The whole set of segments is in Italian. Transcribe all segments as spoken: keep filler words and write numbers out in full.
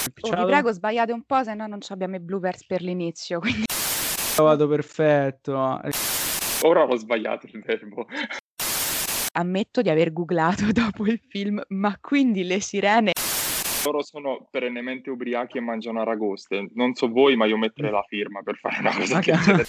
Oh, vi prego, sbagliate un po', se no non abbiamo i bloopers per l'inizio. Quindi... Vado perfetto. Ora ho sbagliato il verbo. Ammetto di aver googlato dopo il film, ma quindi le sirene... Loro sono perennemente ubriachi e mangiano aragoste. Non so voi, ma io metterei la firma per fare una cosa che c'è.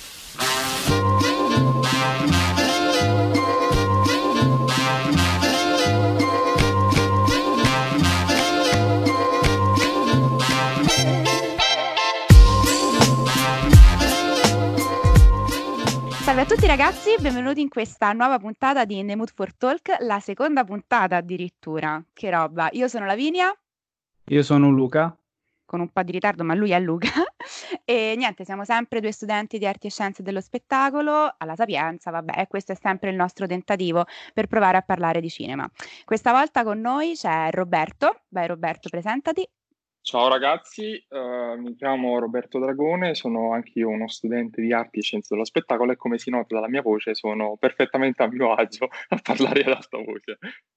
Salve a tutti ragazzi, benvenuti in questa nuova puntata di In the Mood for Talk, la seconda puntata addirittura. Che roba, io sono Lavinia. Io sono Luca. Con un po' di ritardo, ma lui è Luca. E niente, siamo sempre due studenti di arti e scienze dello spettacolo alla Sapienza, vabbè, e questo è sempre il nostro tentativo per provare a parlare di cinema. Questa volta con noi c'è Roberto. Vai Roberto, presentati. Ciao ragazzi, uh, mi chiamo Roberto Dragone, sono anche io uno studente di arti e scienze dello spettacolo e come si nota dalla mia voce sono perfettamente a mio agio a parlare ad alta voce.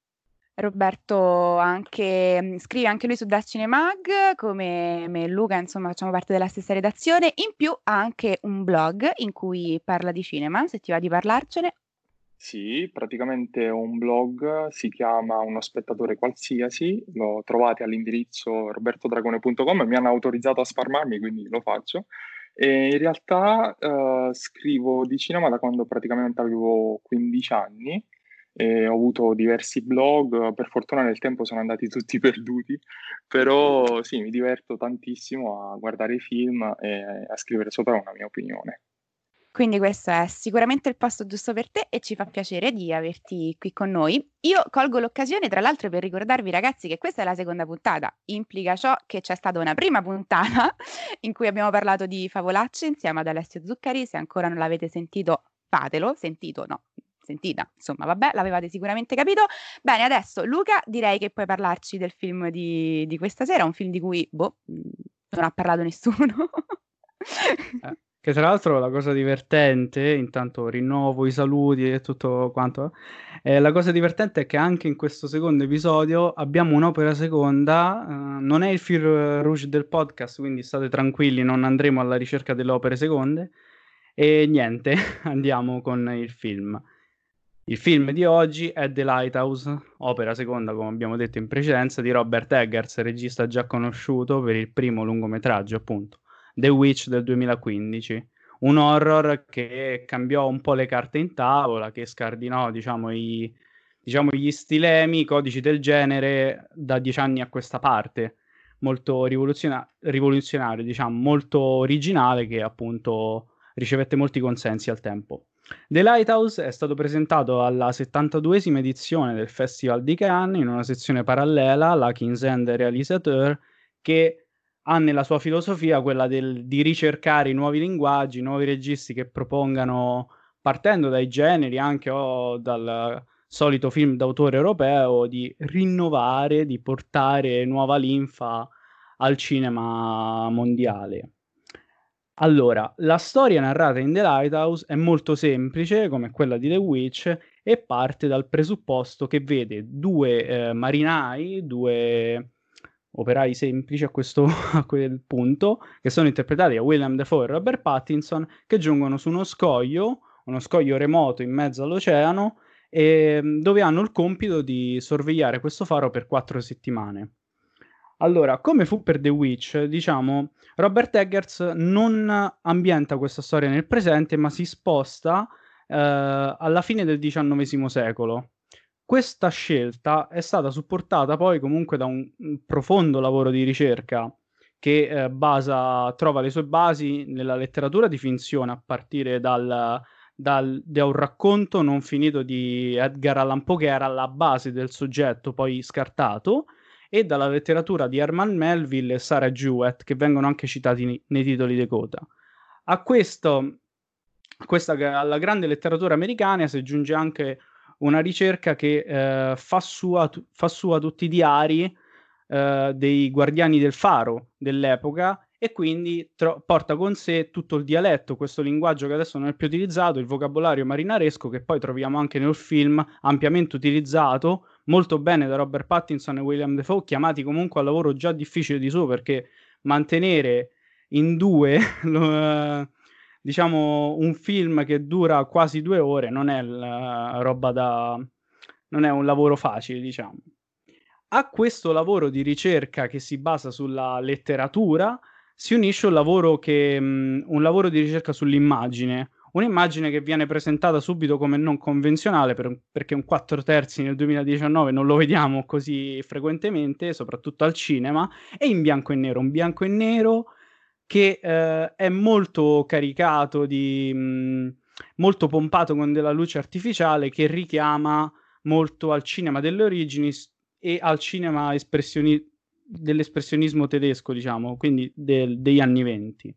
Roberto anche, scrive anche lui su Das Cinemag, come me e Luca, insomma facciamo parte della stessa redazione, in più ha anche un blog in cui parla di cinema, se ti va di parlarcene. Sì, praticamente un blog, si chiama Uno spettatore qualsiasi, lo trovate all'indirizzo robertodragone punto com e mi hanno autorizzato a sparmarmi, quindi lo faccio. E in realtà uh, scrivo di cinema da quando praticamente avevo quindici anni. E ho avuto diversi blog, per fortuna nel tempo sono andati tutti perduti, però sì, mi diverto tantissimo a guardare i film e a scrivere sopra una mia opinione. Quindi questo è sicuramente il posto giusto per te e ci fa piacere di averti qui con noi. Io colgo l'occasione tra l'altro per ricordarvi ragazzi che questa è la seconda puntata, implica ciò che c'è stata una prima puntata in cui abbiamo parlato di favolacce insieme ad Alessio Zuccari, se ancora non l'avete sentito fatelo, sentito no, sentita, insomma vabbè, l'avevate sicuramente capito. Bene, adesso Luca direi che puoi parlarci del film di, di questa sera, un film di cui boh, non ha parlato nessuno. eh. Che tra l'altro la cosa divertente, intanto rinnovo i saluti e tutto quanto, eh, la cosa divertente è che anche in questo secondo episodio abbiamo un'opera seconda, eh, non è il fil rouge del podcast, quindi state tranquilli, non andremo alla ricerca delle opere seconde, e niente, andiamo con il film. Il film di oggi è The Lighthouse, opera seconda, come abbiamo detto in precedenza, di Robert Eggers, regista già conosciuto per il primo lungometraggio, appunto. The Witch del duemilaquindici, un horror che cambiò un po' le carte in tavola, che scardinò diciamo, i, diciamo, gli stilemi, i codici del genere da dieci anni a questa parte, molto rivoluzionario, rivoluzionario diciamo, molto originale, che appunto ricevette molti consensi al tempo. The Lighthouse è stato presentato alla settantaduesima edizione del Festival di Cannes in una sezione parallela, la King's End Réalisateur, che ha nella sua filosofia quella del, di ricercare i nuovi linguaggi, nuovi registi che propongano, partendo dai generi anche o dal solito film d'autore europeo, di rinnovare, di portare nuova linfa al cinema mondiale. Allora, la storia narrata in The Lighthouse è molto semplice, come quella di The Witch, e parte dal presupposto che vede due eh, marinai, due operai semplici a questo a quel punto, che sono interpretati da Willem Dafoe e Robert Pattinson, che giungono su uno scoglio, uno scoglio remoto in mezzo all'oceano, e, dove hanno il compito di sorvegliare questo faro per quattro settimane. Allora, come fu per The Witch, diciamo, Robert Eggers non ambienta questa storia nel presente, ma si sposta eh, alla fine del diciannovesimo secolo. Questa scelta è stata supportata poi comunque da un, un profondo lavoro di ricerca che eh, basa, trova le sue basi nella letteratura di finzione a partire dal, dal, da un racconto non finito di Edgar Allan Poe che era la base del soggetto poi scartato, e dalla letteratura di Herman Melville e Sarah Jewett, che vengono anche citati nei, nei titoli di coda. A questo, questa, alla grande letteratura americana si aggiunge anche una ricerca che eh, fa, sua, fa sua tutti i diari eh, dei guardiani del faro dell'epoca, e quindi tro- porta con sé tutto il dialetto, questo linguaggio che adesso non è più utilizzato, il vocabolario marinaresco che poi troviamo anche nel film ampiamente utilizzato, molto bene da Robert Pattinson e William Dafoe, chiamati comunque al lavoro già difficile di suo, perché mantenere in due lo, diciamo un film che dura quasi due ore non è la roba da non è un lavoro facile, diciamo. A questo lavoro di ricerca che si basa sulla letteratura si unisce un lavoro che mhmm, un lavoro di ricerca sull'immagine, un'immagine che viene presentata subito come non convenzionale per perché un quattro terzi nel duemiladiciannove non lo vediamo così frequentemente, soprattutto al cinema, e in bianco e nero, un bianco e nero che, ehm, è molto caricato di mhmm, molto pompato con della luce artificiale che richiama molto al cinema delle origini s e al cinema espressioni dell'espressionismo tedesco, diciamo, quindi del degli anni venti.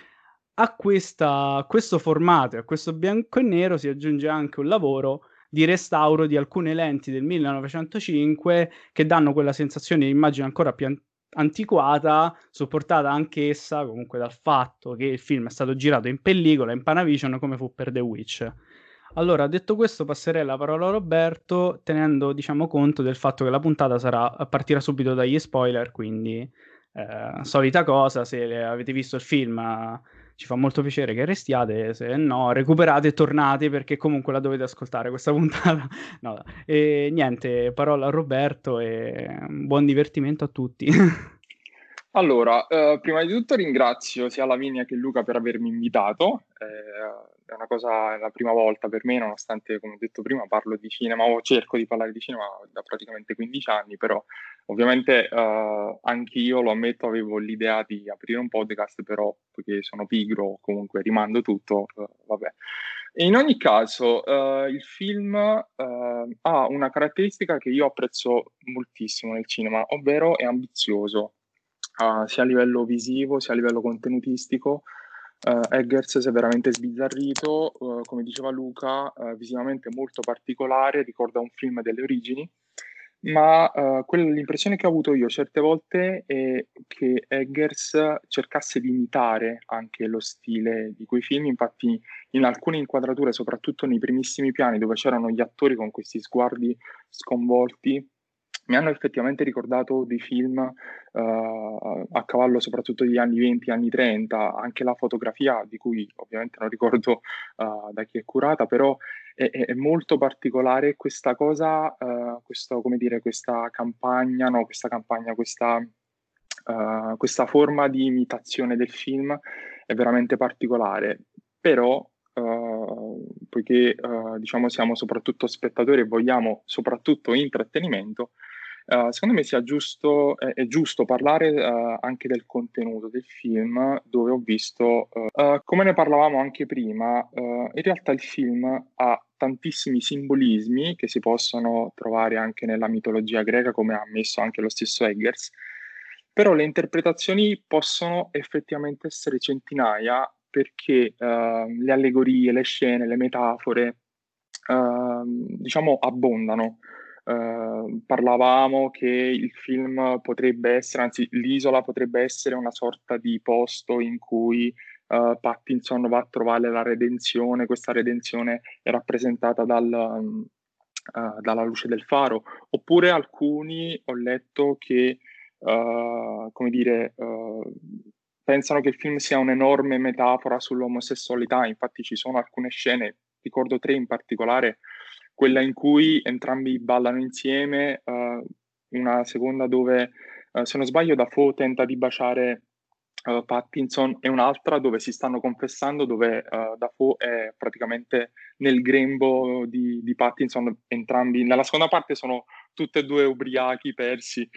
A questa a questo formato e a questo bianco e nero si aggiunge anche un lavoro di restauro di alcune lenti del millenovecentocinque che danno quella sensazione di immagine ancora più an antiquata, supportata anch'essa comunque dal fatto che il film è stato girato in pellicola, in Panavision, come fu per The Witch. Allora, detto questo, passerei la parola a Roberto, tenendo, diciamo, conto del fatto che la puntata sarà partirà subito dagli spoiler, quindi, ehm, solita cosa, se le avete visto il film eh, ci fa molto piacere che restiate, se no recuperate e tornate perché comunque la dovete ascoltare questa puntata. No, e niente, parola a Roberto e buon divertimento a tutti. Allora, eh, prima di tutto ringrazio sia Lavinia che Luca per avermi invitato. Eh, è una cosa, è la prima volta per me, nonostante, come ho detto prima, parlo di cinema o cerco di parlare di cinema da praticamente quindici anni, però ovviamente eh, anch'io, lo ammetto, avevo l'idea di aprire un podcast, però poiché sono pigro, comunque rimando tutto, eh, vabbè. E in ogni caso, eh, il film eh, ha una caratteristica che io apprezzo moltissimo nel cinema, ovvero è ambizioso. Uh, sia a livello visivo sia a livello contenutistico. Uh, Eggers si è veramente sbizzarrito, uh, come diceva Luca, uh, visivamente molto particolare, ricorda un film delle origini, ma uh, quella, l'impressione che ho avuto io certe volte è che Eggers cercasse di imitare anche lo stile di quei film, infatti in alcune inquadrature, soprattutto nei primissimi piani dove c'erano gli attori con questi sguardi sconvolti, mi hanno effettivamente ricordato dei film uh, a cavallo soprattutto degli anni venti, anni trenta, anche la fotografia, di cui ovviamente non ricordo uh, da chi è curata, però è, è molto particolare questa cosa, uh, questo, come dire, questa campagna, no, questa campagna, questa, uh, questa forma di imitazione del film è veramente particolare, però uh, poiché uh, diciamo siamo soprattutto spettatori e vogliamo soprattutto intrattenimento, Uh, secondo me sia giusto, è, è giusto parlare uh, anche del contenuto del film, dove ho visto, uh, uh, come ne parlavamo anche prima, uh, in realtà il film ha tantissimi simbolismi che si possono trovare anche nella mitologia greca, come ha ammesso anche lo stesso Eggers, però le interpretazioni possono effettivamente essere centinaia perché uh, le allegorie, le scene, le metafore, uh, diciamo, abbondano. Uh, parlavamo che il film potrebbe essere, anzi l'isola potrebbe essere una sorta di posto in cui uh, Pattinson va a trovare la redenzione, questa redenzione è rappresentata dal, um, uh, dalla luce del faro, oppure alcuni ho letto che, uh, come dire, uh, pensano che il film sia un'enorme metafora sull'omosessualità, infatti ci sono alcune scene, ricordo tre in particolare, quella in cui entrambi ballano insieme, uh, una seconda dove, uh, se non sbaglio, Dafoe tenta di baciare uh, Pattinson e un'altra dove si stanno confessando, dove uh, Dafoe è praticamente nel grembo di, di Pattinson, entrambi. Nella seconda parte sono tutti e due ubriachi, persi.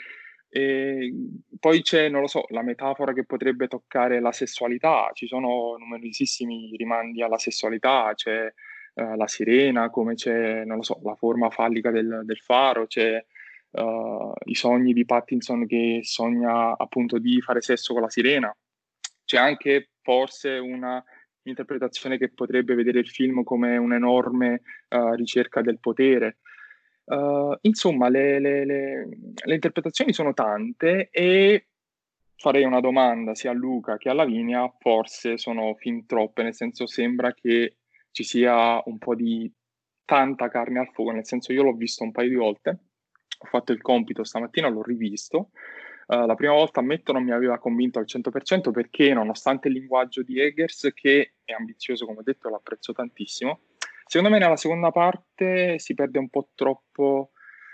E poi c'è, non lo so, la metafora che potrebbe toccare la sessualità, ci sono numerosissimi rimandi alla sessualità, c'è uh, la sirena, come c'è, non lo so, la forma fallica del, del faro, c'è uh, i sogni di Pattinson che sogna appunto di fare sesso con la sirena, c'è anche forse una interpretazione che potrebbe vedere il film come un'enorme uh, ricerca del potere. Uh, insomma, le, le, le, le interpretazioni sono tante e farei una domanda sia a Luca che a Lavinia, forse sono fin troppe, nel senso sembra che ci sia un po' di tanta carne al fuoco, nel senso io l'ho visto un paio di volte ho fatto il compito stamattina, l'ho rivisto. Uh, la prima volta, ammetto, non mi aveva convinto al cento per cento perché, nonostante il linguaggio di Eggers, che è ambizioso, come ho detto, lo apprezzo tantissimo, secondo me nella seconda parte si perde un po' troppo.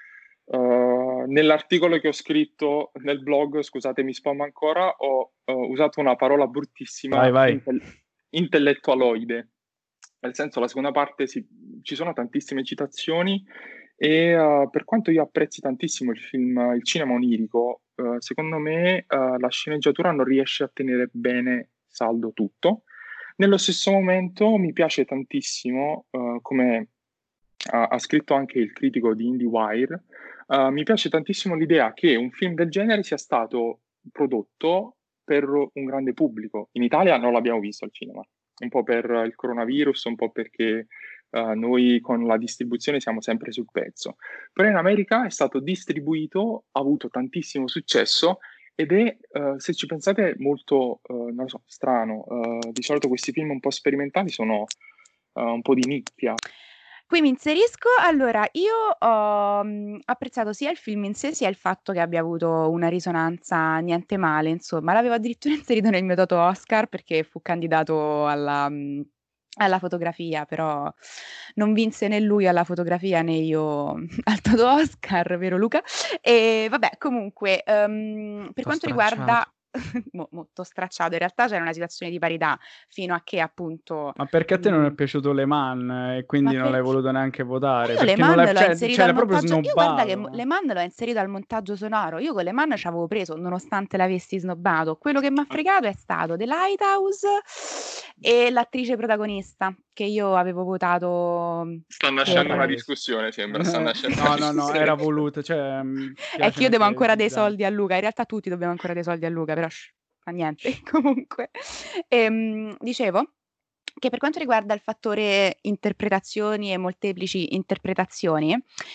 Uh, nell'articolo che ho scritto nel blog, scusatemi, spam ancora, ho uh, usato una parola bruttissima, vai, vai. Intel- intellettualoide. Nel senso, la seconda parte si, ci sono tantissime citazioni e uh, per quanto io apprezzi tantissimo il film, il cinema onirico, uh, secondo me uh, la sceneggiatura non riesce a tenere bene saldo tutto. Nello stesso momento mi piace tantissimo, uh, come ha, ha scritto anche il critico di IndieWire, uh, mi piace tantissimo l'idea che un film del genere sia stato prodotto per un grande pubblico. In Italia non l'abbiamo visto al cinema, un po' per il coronavirus, un po' perché uh, noi con la distribuzione siamo sempre sul pezzo. Però in America è stato distribuito, ha avuto tantissimo successo ed è, uh, se ci pensate, molto, uh, non so, strano. Uh, di solito questi film un po' sperimentali sono uh, un po' di nicchia. Qui mi inserisco. Allora, io ho mh, apprezzato sia il film in sé, sia il fatto che abbia avuto una risonanza niente male, insomma, l'avevo addirittura inserito nel mio dato Oscar perché fu candidato alla, mh, alla fotografia, però non vinse né lui alla fotografia né io al dato Oscar, vero Luca? E vabbè, comunque, um, per T'ho quanto stracciato. riguarda... Mo- molto stracciato, in realtà c'era una situazione di parità fino a che appunto Ma perché a te non è mh, piaciuto Le Mans e quindi ma non l'hai perché? voluto neanche Ma votare? io Le Perché non Mans l'hai... l'ho Cioè, inserito cioè al l'hai proprio montaggio. Io guarda che snobbato. Le Mans l'ho inserito al montaggio sonoro. Io con Le Mans ci avevo preso, nonostante l'avessi snobbato. Quello che mi ha fregato è stato The Lighthouse e l'attrice protagonista, che io avevo votato Sta nascendo una per... discussione, sembra. Sta nascendo una No, no, no, era discussione. voluto. Cioè, mi È piace che io devo ancora dei memorizzare. soldi a Luca. In realtà tutti dobbiamo ancora dei soldi a Luca, però shh, fa niente. Comunque, Ehm, dicevo che per quanto riguarda il fattore interpretazioni e molteplici interpretazioni,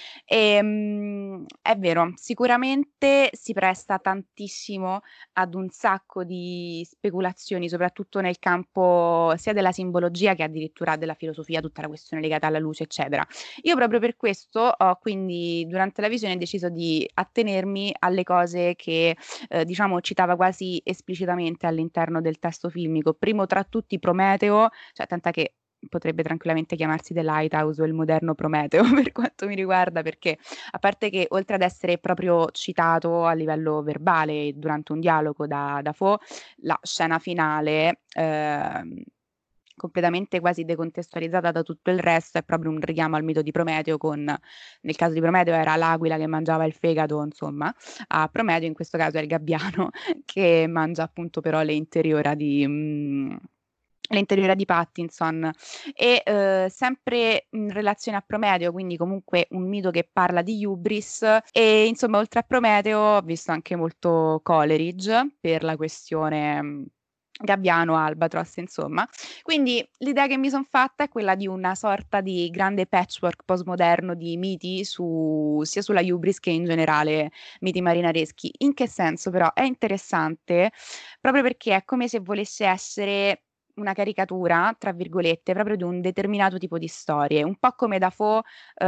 ehm, è vero, sicuramente si presta tantissimo ad un sacco di speculazioni, soprattutto nel campo sia della simbologia che addirittura della filosofia, tutta la questione legata alla luce, eccetera. Io proprio per questo ho quindi durante la visione deciso di attenermi alle cose che eh, diciamo citava quasi esplicitamente all'interno del testo filmico, primo tra tutti Prometeo, cioè tant'è che potrebbe tranquillamente chiamarsi The Lighthouse o il moderno Prometeo per quanto mi riguarda, perché a parte che oltre ad essere proprio citato a livello verbale durante un dialogo da, da Fo, la scena finale ehm, completamente quasi decontestualizzata da tutto il resto, è proprio un richiamo al mito di Prometeo con, nel caso di Prometeo era l'aquila che mangiava il fegato, insomma, a Prometeo in questo caso è il gabbiano che mangia appunto però le interiora di... mm, le interiora di Pattinson e eh, sempre in relazione a Prometeo, quindi comunque un mito che parla di hubris e insomma oltre a Prometeo ho visto anche molto Coleridge per la questione mh, Gabbiano, Albatros, insomma. Quindi l'idea che mi sono fatta è quella di una sorta di grande patchwork postmoderno di miti su, sia sulla hubris che in generale miti marinareschi. In che senso però? È interessante proprio perché è come se volesse essere una caricatura, tra virgolette, proprio di un determinato tipo di storie, un po' come Dafoe eh,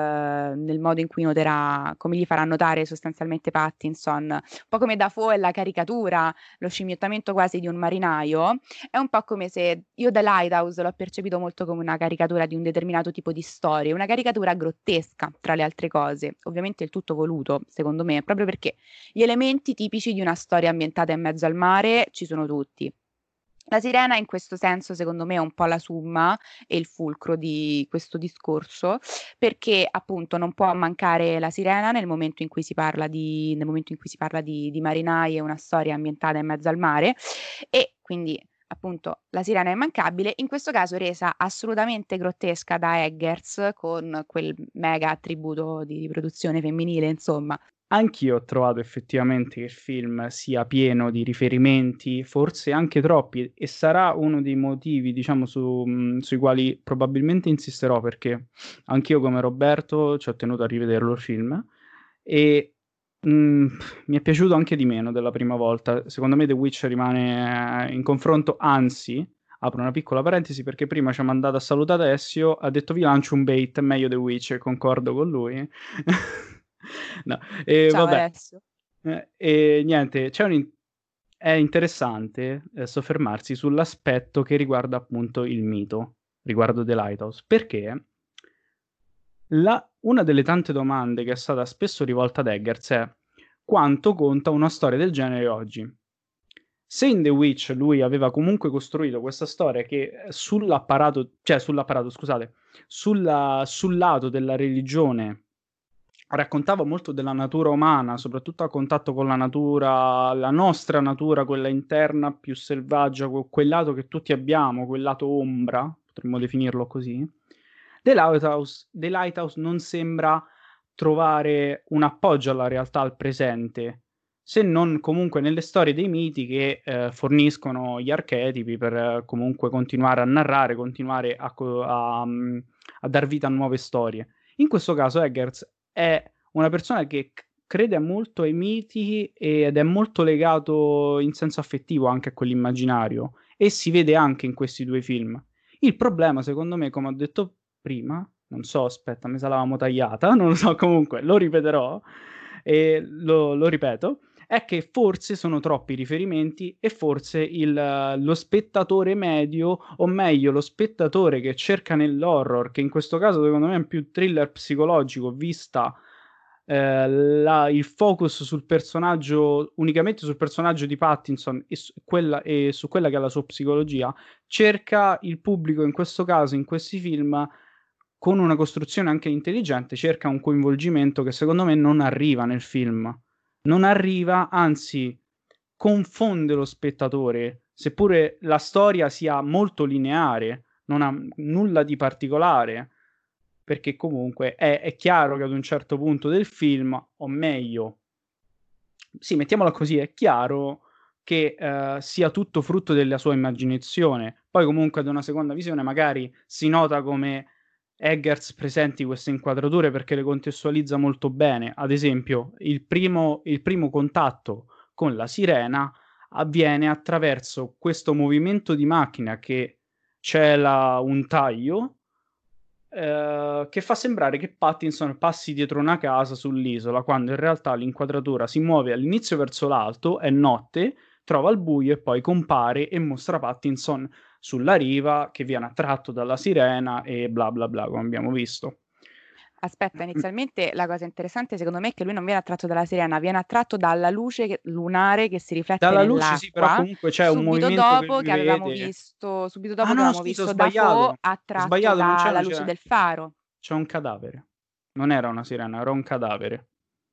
nel modo in cui noterà, come gli farà notare sostanzialmente Pattinson, un po' come Dafoe è la caricatura, lo scimmiottamento quasi di un marinaio, è un po' come se io The Lighthouse l'ho percepito molto come una caricatura di un determinato tipo di storie, una caricatura grottesca tra le altre cose, ovviamente il tutto voluto, secondo me, proprio perché gli elementi tipici di una storia ambientata in mezzo al mare ci sono tutti. La sirena in questo senso, secondo me, è un po' la summa e il fulcro di questo discorso, perché appunto non può mancare la sirena nel momento in cui si parla di, nel momento in cui si parla di, di marinai e una storia ambientata in mezzo al mare, e quindi appunto la sirena è immancabile, in questo caso resa assolutamente grottesca da Eggers con quel mega attributo di produzione femminile, insomma. Anch'io ho trovato effettivamente che il film sia pieno di riferimenti, forse anche troppi, e sarà uno dei motivi, diciamo, su, mh, sui quali probabilmente insisterò, perché anch'io come Roberto ci ho tenuto a rivederlo il film, e mh, mi è piaciuto anche di meno della prima volta. Secondo me The Witch rimane eh, in confronto, anzi, apro una piccola parentesi, perché prima ci ha mandato a salutare Alessio, ha detto vi lancio un bait, è meglio The Witch, e concordo con lui. No, e Ciao vabbè. Alessio. Eh, e niente, c'è un in- è interessante eh, soffermarsi sull'aspetto che riguarda appunto il mito riguardo The Lighthouse, perché la- una delle tante domande che è stata spesso rivolta ad Eggers è quanto conta una storia del genere oggi? Se in The Witch lui aveva comunque costruito questa storia che eh, sull'apparato, cioè sull'apparato, scusate, sulla- sul lato della religione raccontava molto della natura umana, soprattutto a contatto con la natura, la nostra natura, quella interna più selvaggia, que- quel lato che tutti abbiamo, quel lato ombra, potremmo definirlo così. The Lighthouse, The Lighthouse non sembra trovare un appoggio alla realtà, al presente, se non comunque nelle storie dei miti che eh, forniscono gli archetipi per eh, comunque continuare a narrare, continuare a, co- a, mm, a dar vita a nuove storie. In questo caso Eggers è una persona che c- crede molto ai miti ed è molto legato in senso affettivo anche a quell'immaginario e si vede anche in questi due film. Il problema, secondo me, come ho detto prima, non so, aspetta, mi sa l'avevamo tagliata, non lo so, comunque lo ripeterò e lo, lo ripeto, è che forse sono troppi riferimenti e forse il, lo spettatore medio, o meglio, lo spettatore che cerca nell'horror, che in questo caso secondo me è più thriller psicologico, vista eh, la- il focus sul personaggio, unicamente sul personaggio di Pattinson e su quella, e su quella che è la sua psicologia, cerca il pubblico in questo caso, in questi film, con una costruzione anche intelligente, cerca un coinvolgimento che secondo me non arriva nel film. Non arriva, anzi, confonde lo spettatore, seppure la storia sia molto lineare, non ha nulla di particolare, perché comunque è, è chiaro che ad un certo punto del film, o meglio, sì, mettiamola così, è chiaro che eh, sia tutto frutto della sua immaginazione. Poi comunque ad una seconda visione magari si nota come Eggers presenti queste inquadrature perché le contestualizza molto bene. Ad esempio, il primo, il primo contatto con la sirena avviene attraverso questo movimento di macchina che cela un taglio eh, che fa sembrare che Pattinson passi dietro una casa sull'isola, quando in realtà l'inquadratura si muove all'inizio verso l'alto, è notte, trova il buio e poi compare e mostra Pattinson sulla riva che viene attratto dalla sirena e bla bla bla, come abbiamo visto. Aspetta, inizialmente la cosa interessante secondo me è che lui non viene attratto dalla sirena, viene attratto dalla luce che- lunare che si riflette Dalla luce sì, però nell'acqua, comunque c'è un subito movimento che dopo lui che avevamo vede. visto, subito Ah dopo che no, avevamo scusa, ho visto Dafoe sbagliato. Ho attratto sbagliato, non c'è dalla una luce sirena. del faro. C'è un cadavere. Non era una sirena, era un cadavere.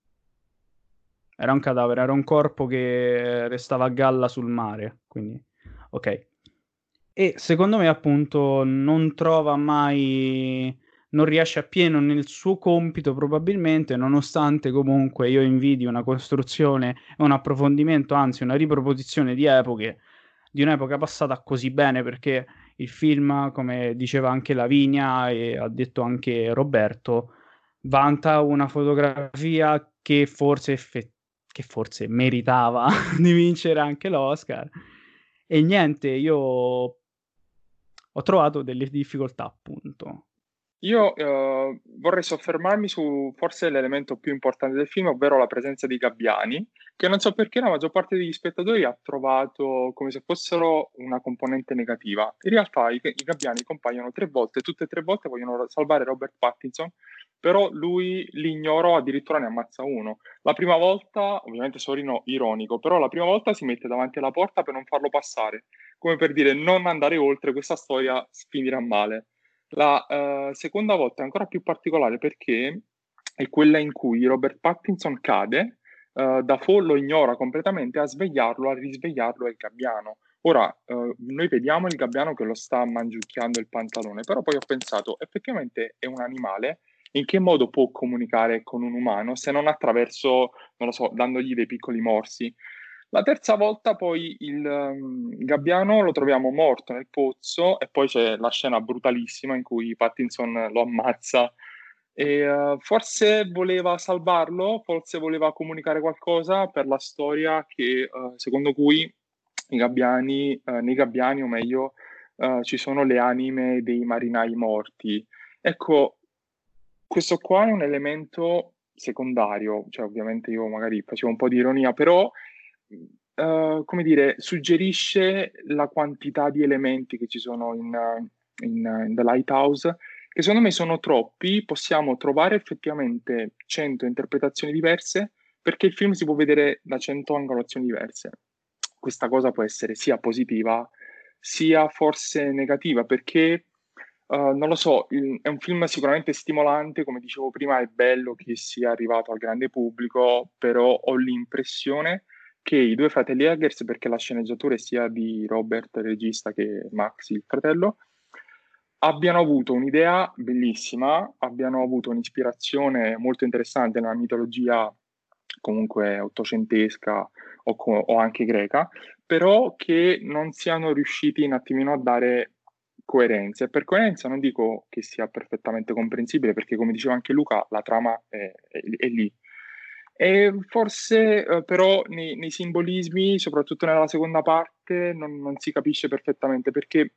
Era un cadavere, era un corpo che restava a galla sul mare, quindi ok. E secondo me appunto non trova mai, non riesce appieno nel suo compito probabilmente, nonostante comunque io invidi una costruzione e un approfondimento, anzi una riproposizione di epoche, di un'epoca passata così bene, perché il film, come diceva anche Lavinia e ha detto anche Roberto, vanta una fotografia che forse, effe- che forse meritava di vincere anche l'Oscar. E niente, io ho trovato delle difficoltà, appunto. Io eh, vorrei soffermarmi su forse l'elemento più importante del film, ovvero la presenza di gabbiani, che non so perché la maggior parte degli spettatori ha trovato come se fossero una componente negativa. In realtà i, i gabbiani compaiono tre volte, tutte e tre volte vogliono salvare Robert Pattinson, però lui li ignora o addirittura ne ammazza uno. La prima volta, ovviamente sono ironico, però la prima volta si mette davanti alla porta per non farlo passare, come per dire non andare oltre, questa storia finirà male. La eh, seconda volta è ancora più particolare perché è quella in cui Robert Pattinson cade, eh, Dafoe lo ignora completamente, a svegliarlo, a risvegliarlo è il gabbiano. Ora, eh, noi vediamo il gabbiano che lo sta mangiucchiando il pantalone, però poi ho pensato, effettivamente è un animale, in che modo può comunicare con un umano se non attraverso, non lo so, dandogli dei piccoli morsi? La terza volta poi il um, gabbiano lo troviamo morto nel pozzo e poi c'è la scena brutalissima in cui Pattinson lo ammazza e uh, forse voleva salvarlo, forse voleva comunicare qualcosa per la storia che uh, secondo cui i gabbiani, uh, nei gabbiani o meglio uh, ci sono le anime dei marinai morti. Ecco, questo qua è un elemento secondario, cioè ovviamente io magari facevo un po' di ironia, però uh, come dire, suggerisce la quantità di elementi che ci sono in, in, in The Lighthouse, che secondo me sono troppi. Possiamo trovare effettivamente cento interpretazioni diverse, perché il film si può vedere da cento angolazioni diverse. Questa cosa può essere sia positiva sia forse negativa, perché uh, non lo so, il, è un film sicuramente stimolante, come dicevo prima, è bello che sia arrivato al grande pubblico, però ho l'impressione che i due fratelli Eggers, perché la sceneggiatura è sia di Robert, il regista, che Max, il fratello, abbiano avuto un'idea bellissima, abbiano avuto un'ispirazione molto interessante nella mitologia comunque ottocentesca o, co- o anche greca, però che non siano riusciti un attimino a dare coerenza. E per coerenza non dico che sia perfettamente comprensibile, perché come diceva anche Luca, la trama è, è- è lì. E forse eh, però nei, nei simbolismi, soprattutto nella seconda parte, non, non si capisce perfettamente perché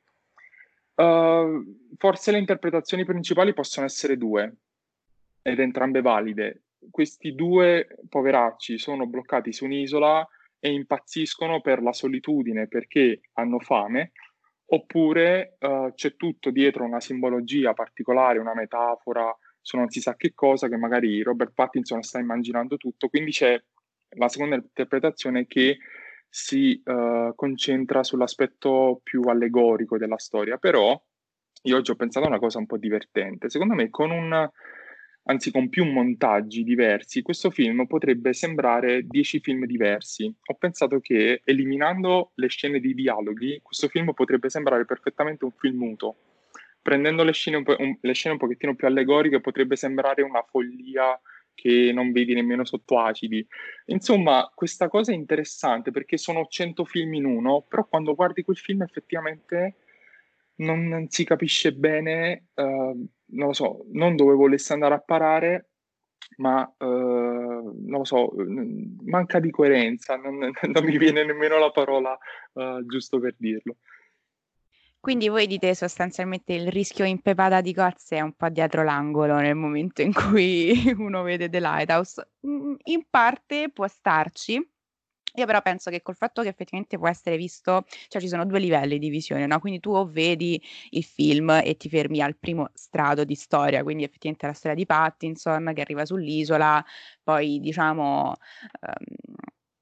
eh, forse le interpretazioni principali possono essere due ed entrambe valide. Questi due poveracci sono bloccati su un'isola e impazziscono per la solitudine perché hanno fame, oppure eh, c'è tutto dietro una simbologia particolare, una metafora su non si sa che cosa, che magari Robert Pattinson sta immaginando tutto. Quindi c'è la seconda interpretazione che si eh, concentra sull'aspetto più allegorico della storia, però io oggi ho pensato a una cosa un po' divertente. Secondo me, con un, anzi con più montaggi diversi, questo film potrebbe sembrare dieci film diversi. Ho pensato che eliminando le scene di dialoghi, questo film potrebbe sembrare perfettamente un film muto. Prendendo le scene un, po- un- le scene un pochettino più allegoriche, potrebbe sembrare una follia che non vedi nemmeno sotto acidi. Insomma, questa cosa è interessante perché sono cento film in uno, però quando guardi quel film effettivamente non, non si capisce bene, eh, non lo so, non dove volesse andare a parare, ma eh, non lo so, n- manca di coerenza, non, non mi viene nemmeno la parola eh, giusto per dirlo. Quindi voi dite sostanzialmente il rischio impepata di cozze è un po' dietro l'angolo nel momento in cui uno vede The Lighthouse. Mm, In parte può starci. Io però penso che col fatto che effettivamente può essere visto, cioè ci sono due livelli di visione, no? Quindi tu o vedi il film e ti fermi al primo strato di storia, quindi effettivamente la storia di Pattinson che arriva sull'isola, poi diciamo ehm,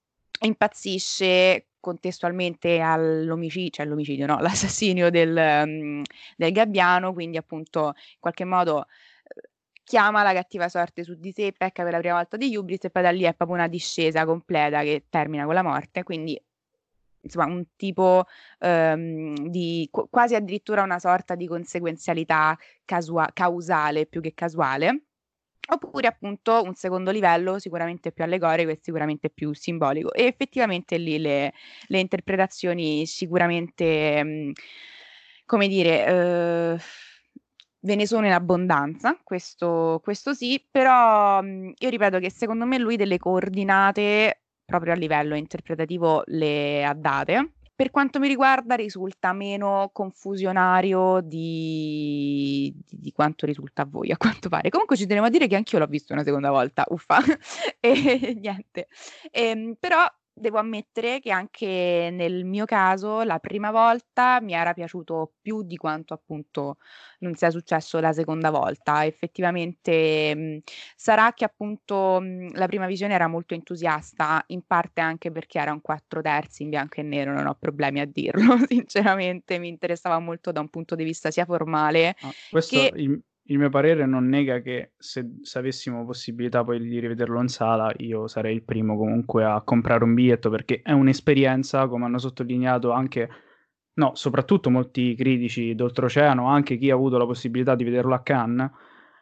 impazzisce contestualmente all'omicidio, cioè all'omicidio, no, l'assassinio del, ehm, del gabbiano, quindi appunto in qualche modo eh, chiama la cattiva sorte su di sé, pecca per la prima volta di Hubris e poi da lì è proprio una discesa completa che termina con la morte, quindi insomma un tipo ehm, di qu- quasi addirittura una sorta di conseguenzialità casua- causale più che casuale. Oppure appunto un secondo livello sicuramente più allegorico e sicuramente più simbolico. E effettivamente lì le, le interpretazioni sicuramente, mh, come dire, eh, ve ne sono in abbondanza, questo, questo sì, però mh, io ripeto che secondo me lui delle coordinate proprio a livello interpretativo le ha date. Per quanto mi riguarda, risulta meno confusionario di, di- di quanto risulta a voi, a quanto pare. Comunque ci tenevo a dire che anch'io l'ho visto una seconda volta, uffa, e niente. Ehm, però devo ammettere che anche nel mio caso, la prima volta mi era piaciuto più di quanto appunto non sia successo la seconda volta. Effettivamente, mh, sarà che appunto mh, la prima visione era molto entusiasta, in parte anche perché era un quattro terzi in bianco e nero, non ho problemi a dirlo, sinceramente, mi interessava molto da un punto di vista sia formale Ah, questo che il, il mio parere non nega che se, se avessimo possibilità poi di rivederlo in sala, io sarei il primo comunque a comprare un biglietto perché è un'esperienza, come hanno sottolineato anche, no, soprattutto molti critici d'oltreoceano, anche chi ha avuto la possibilità di vederlo a Cannes,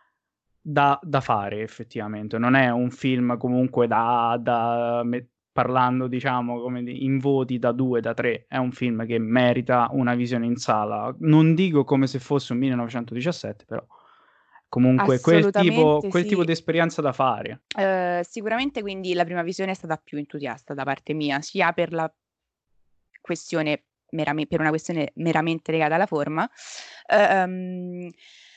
da, da fare effettivamente. Non è un film comunque da, da me- parlando diciamo come di- in voti da due, da tre, è un film che merita una visione in sala. Non dico come se fosse un millenovecentodiciassette, però comunque quel tipo, assolutamente quel tipo sì. di esperienza da fare. Eh, sicuramente quindi la prima visione è stata più entusiasta da parte mia, sia per la questione merame- per una questione meramente legata alla forma. Ehm,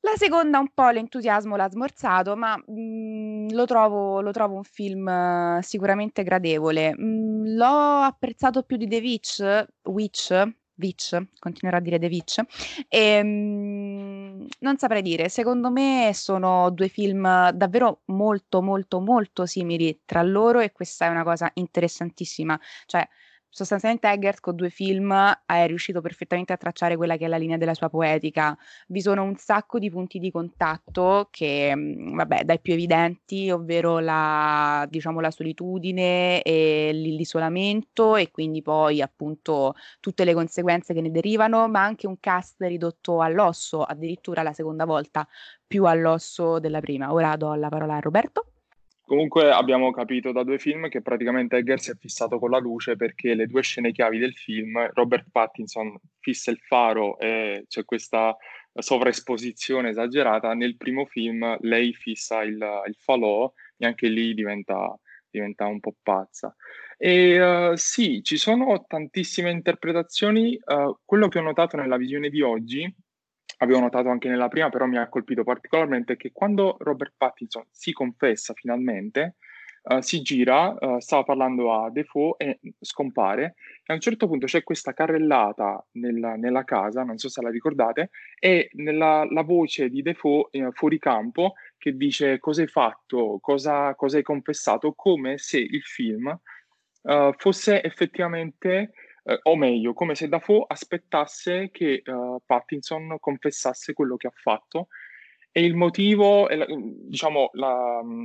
La seconda un po' l'entusiasmo l'ha smorzato, ma mm, lo trovo, lo trovo un film eh, sicuramente gradevole. Mm, l'ho apprezzato più di The Witch, Witch, Witch, continuerò a dire The Witch, e, mm, non saprei dire, secondo me sono due film davvero molto, molto, molto simili tra loro e questa è una cosa interessantissima. Cioè, sostanzialmente Eggers con due film è riuscito perfettamente a tracciare quella che è la linea della sua poetica. Vi sono un sacco di punti di contatto che, mh, vabbè, dai più evidenti, ovvero la, diciamo, la solitudine e l- l'isolamento e quindi poi appunto tutte le conseguenze che ne derivano, ma anche un cast ridotto all'osso, addirittura la seconda volta più all'osso della prima. Ora do la parola a Roberto. Comunque abbiamo capito da due film che praticamente Eggers si è fissato con la luce perché le due scene chiavi del film, Robert Pattinson fissa il faro e c'è questa sovraesposizione esagerata, nel primo film lei fissa il, il falò e anche lì diventa, diventa un po' pazza. E eh, sì, ci sono tantissime interpretazioni. Eh, quello che ho notato nella visione di oggi, avevo notato anche nella prima, però mi ha colpito particolarmente, che quando Robert Pattinson si confessa finalmente, eh, si gira, eh, stava parlando a Defoe e scompare, e a un certo punto c'è questa carrellata nella, nella casa, non so se la ricordate, e nella la voce di Defoe eh, fuori campo che dice cosa hai fatto, cosa, cosa hai confessato, come se il film eh, fosse effettivamente, eh, o meglio, come se Dafoe aspettasse che eh, Pattinson confessasse quello che ha fatto. E il motivo, è la- diciamo, la, mh,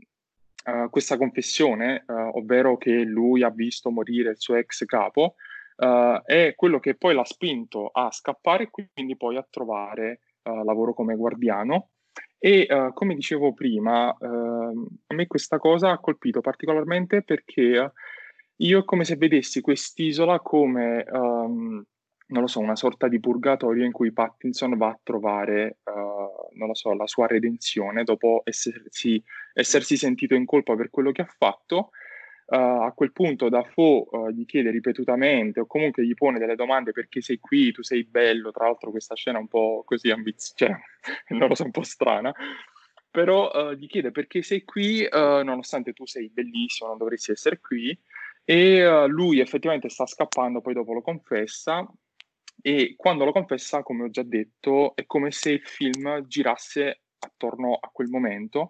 eh, questa confessione, eh, ovvero che lui ha visto morire il suo ex capo, eh, è quello che poi l'ha spinto a scappare e quindi poi a trovare eh, lavoro come guardiano. E eh, come dicevo prima, ehm, a me questa cosa ha colpito particolarmente perché io è come se vedessi quest'isola come, ehm, non lo so, una sorta di purgatorio in cui Pattinson va a trovare, eh, non lo so, la sua redenzione dopo essersi, essersi sentito in colpa per quello che ha fatto. Eh, a quel punto Dafoe eh, gli chiede ripetutamente o comunque gli pone delle domande: perché sei qui, tu sei bello. Tra l'altro questa scena è un po' così ambiziosa, cioè, non lo so, un po' strana, però eh, gli chiede perché sei qui, eh, nonostante tu sei bellissimo, non dovresti essere qui. E eh, lui effettivamente sta scappando, poi dopo lo confessa. E quando lo confessa, come ho già detto, è come se il film girasse attorno a quel momento,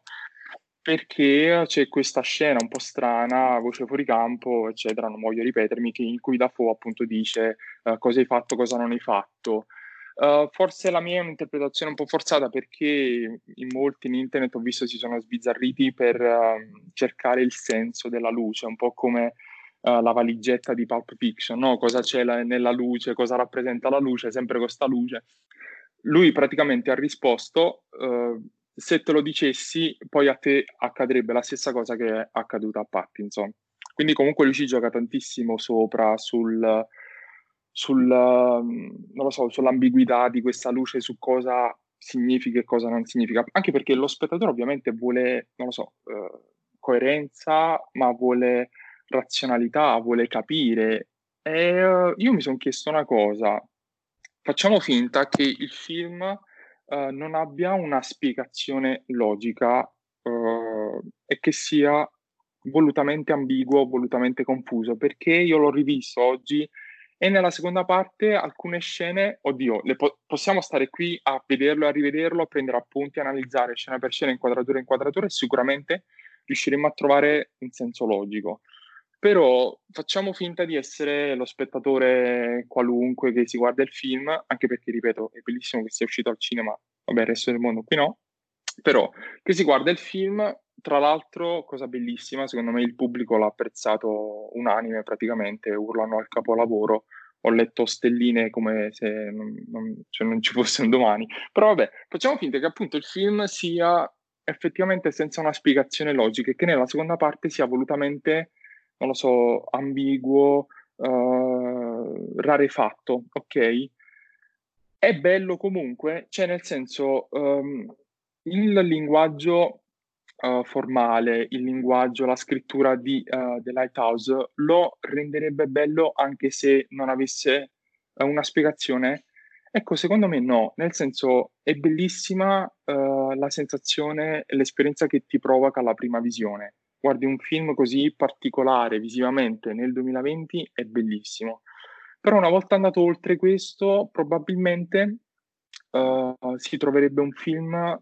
perché c'è questa scena un po' strana, voce fuori campo, eccetera, non voglio ripetermi, che in cui Dafoe appunto dice eh, cosa hai fatto, cosa non hai fatto. Uh, forse la mia è un'interpretazione un po' forzata perché in molti in internet ho visto si sono sbizzarriti per uh, cercare il senso della luce, un po' come uh, la valigetta di Pulp Fiction, no? Cosa c'è la- nella luce, cosa rappresenta la luce, sempre questa luce. Lui praticamente ha risposto, uh, se te lo dicessi, poi a te accadrebbe la stessa cosa che è accaduta a Pattinson. Quindi comunque lui ci gioca tantissimo sopra sul, sul, mm, non lo so, sull'ambiguità di questa luce, su cosa significa e cosa non significa. Anche perché lo spettatore ovviamente vuole, non lo so, eh, coerenza, ma vuole razionalità, vuole capire. E eh, io mi sono chiesto una cosa. Facciamo finta che il film eh, non abbia una spiegazione logica eh, e che sia volutamente ambiguo, volutamente confuso, perché io l'ho rivisto oggi e nella seconda parte alcune scene, oddio, le po- possiamo stare qui a vederlo e a rivederlo, a prendere appunti, analizzare scena per scena, inquadratura per inquadratura e sicuramente riusciremo a trovare un senso logico. Però facciamo finta di essere lo spettatore qualunque che si guarda il film, anche perché, ripeto, è bellissimo che sia uscito al cinema, vabbè, il resto del mondo qui no, però che si guarda il film, tra l'altro, cosa bellissima, secondo me il pubblico l'ha apprezzato unanime praticamente, urlano al capolavoro, ho letto stelline come se non, non- cioè non ci fosse un domani, però vabbè, facciamo finta che appunto il film sia effettivamente senza una spiegazione logica e che nella seconda parte sia volutamente, non lo so, ambiguo, eh, rarefatto, ok? È bello comunque, cioè nel senso, ehm, il linguaggio eh, formale, il linguaggio, la scrittura di eh, The Lighthouse lo renderebbe bello anche se non avesse eh, una spiegazione. Ecco, secondo me no, nel senso è bellissima uh, la sensazione e l'esperienza che ti provoca la prima visione. Guardi un film così particolare visivamente nel duemilaventi, è bellissimo. Però una volta andato oltre questo, probabilmente uh, si troverebbe un film,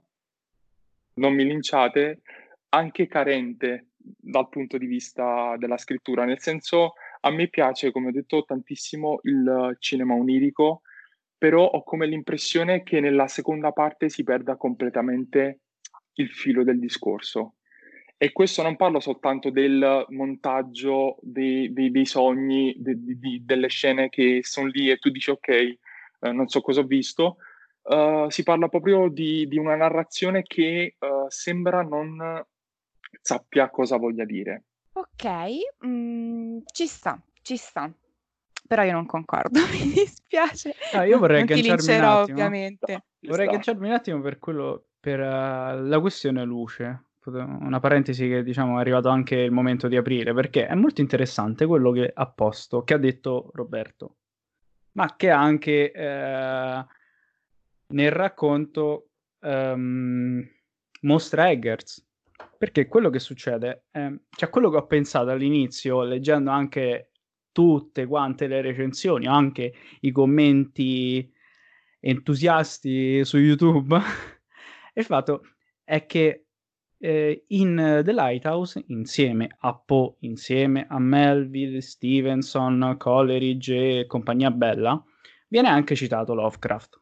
non mi linciate, anche carente dal punto di vista della scrittura, nel senso a me piace, come ho detto, tantissimo il cinema onirico, però ho come l'impressione che nella seconda parte si perda completamente il filo del discorso. E questo non parlo soltanto del montaggio dei, dei, dei sogni, de, de, delle scene che sono lì e tu dici ok, eh, non so cosa ho visto, uh, si parla proprio di, di una narrazione che uh, sembra non sappia cosa voglia dire. Ok, mm, ci sta, ci sta. Però io non concordo, mi dispiace. Ah, io Non, vorrei non ti agganciarmi un lincerò, attimo. ovviamente. Vorrei agganciarmi un attimo per quello, per uh, la questione luce. Una parentesi che diciamo è arrivato anche il momento di aprire, perché è molto interessante quello che ha posto, che ha detto Roberto, ma che anche eh, nel racconto um, mostra Eggers. Perché quello che succede, eh, cioè quello che ho pensato all'inizio, leggendo anche tutte quante le recensioni, anche i commenti entusiasti su YouTube, il fatto è che eh, in The Lighthouse, insieme a Poe, insieme a Melville, Stevenson, Coleridge e compagnia bella, viene anche citato Lovecraft.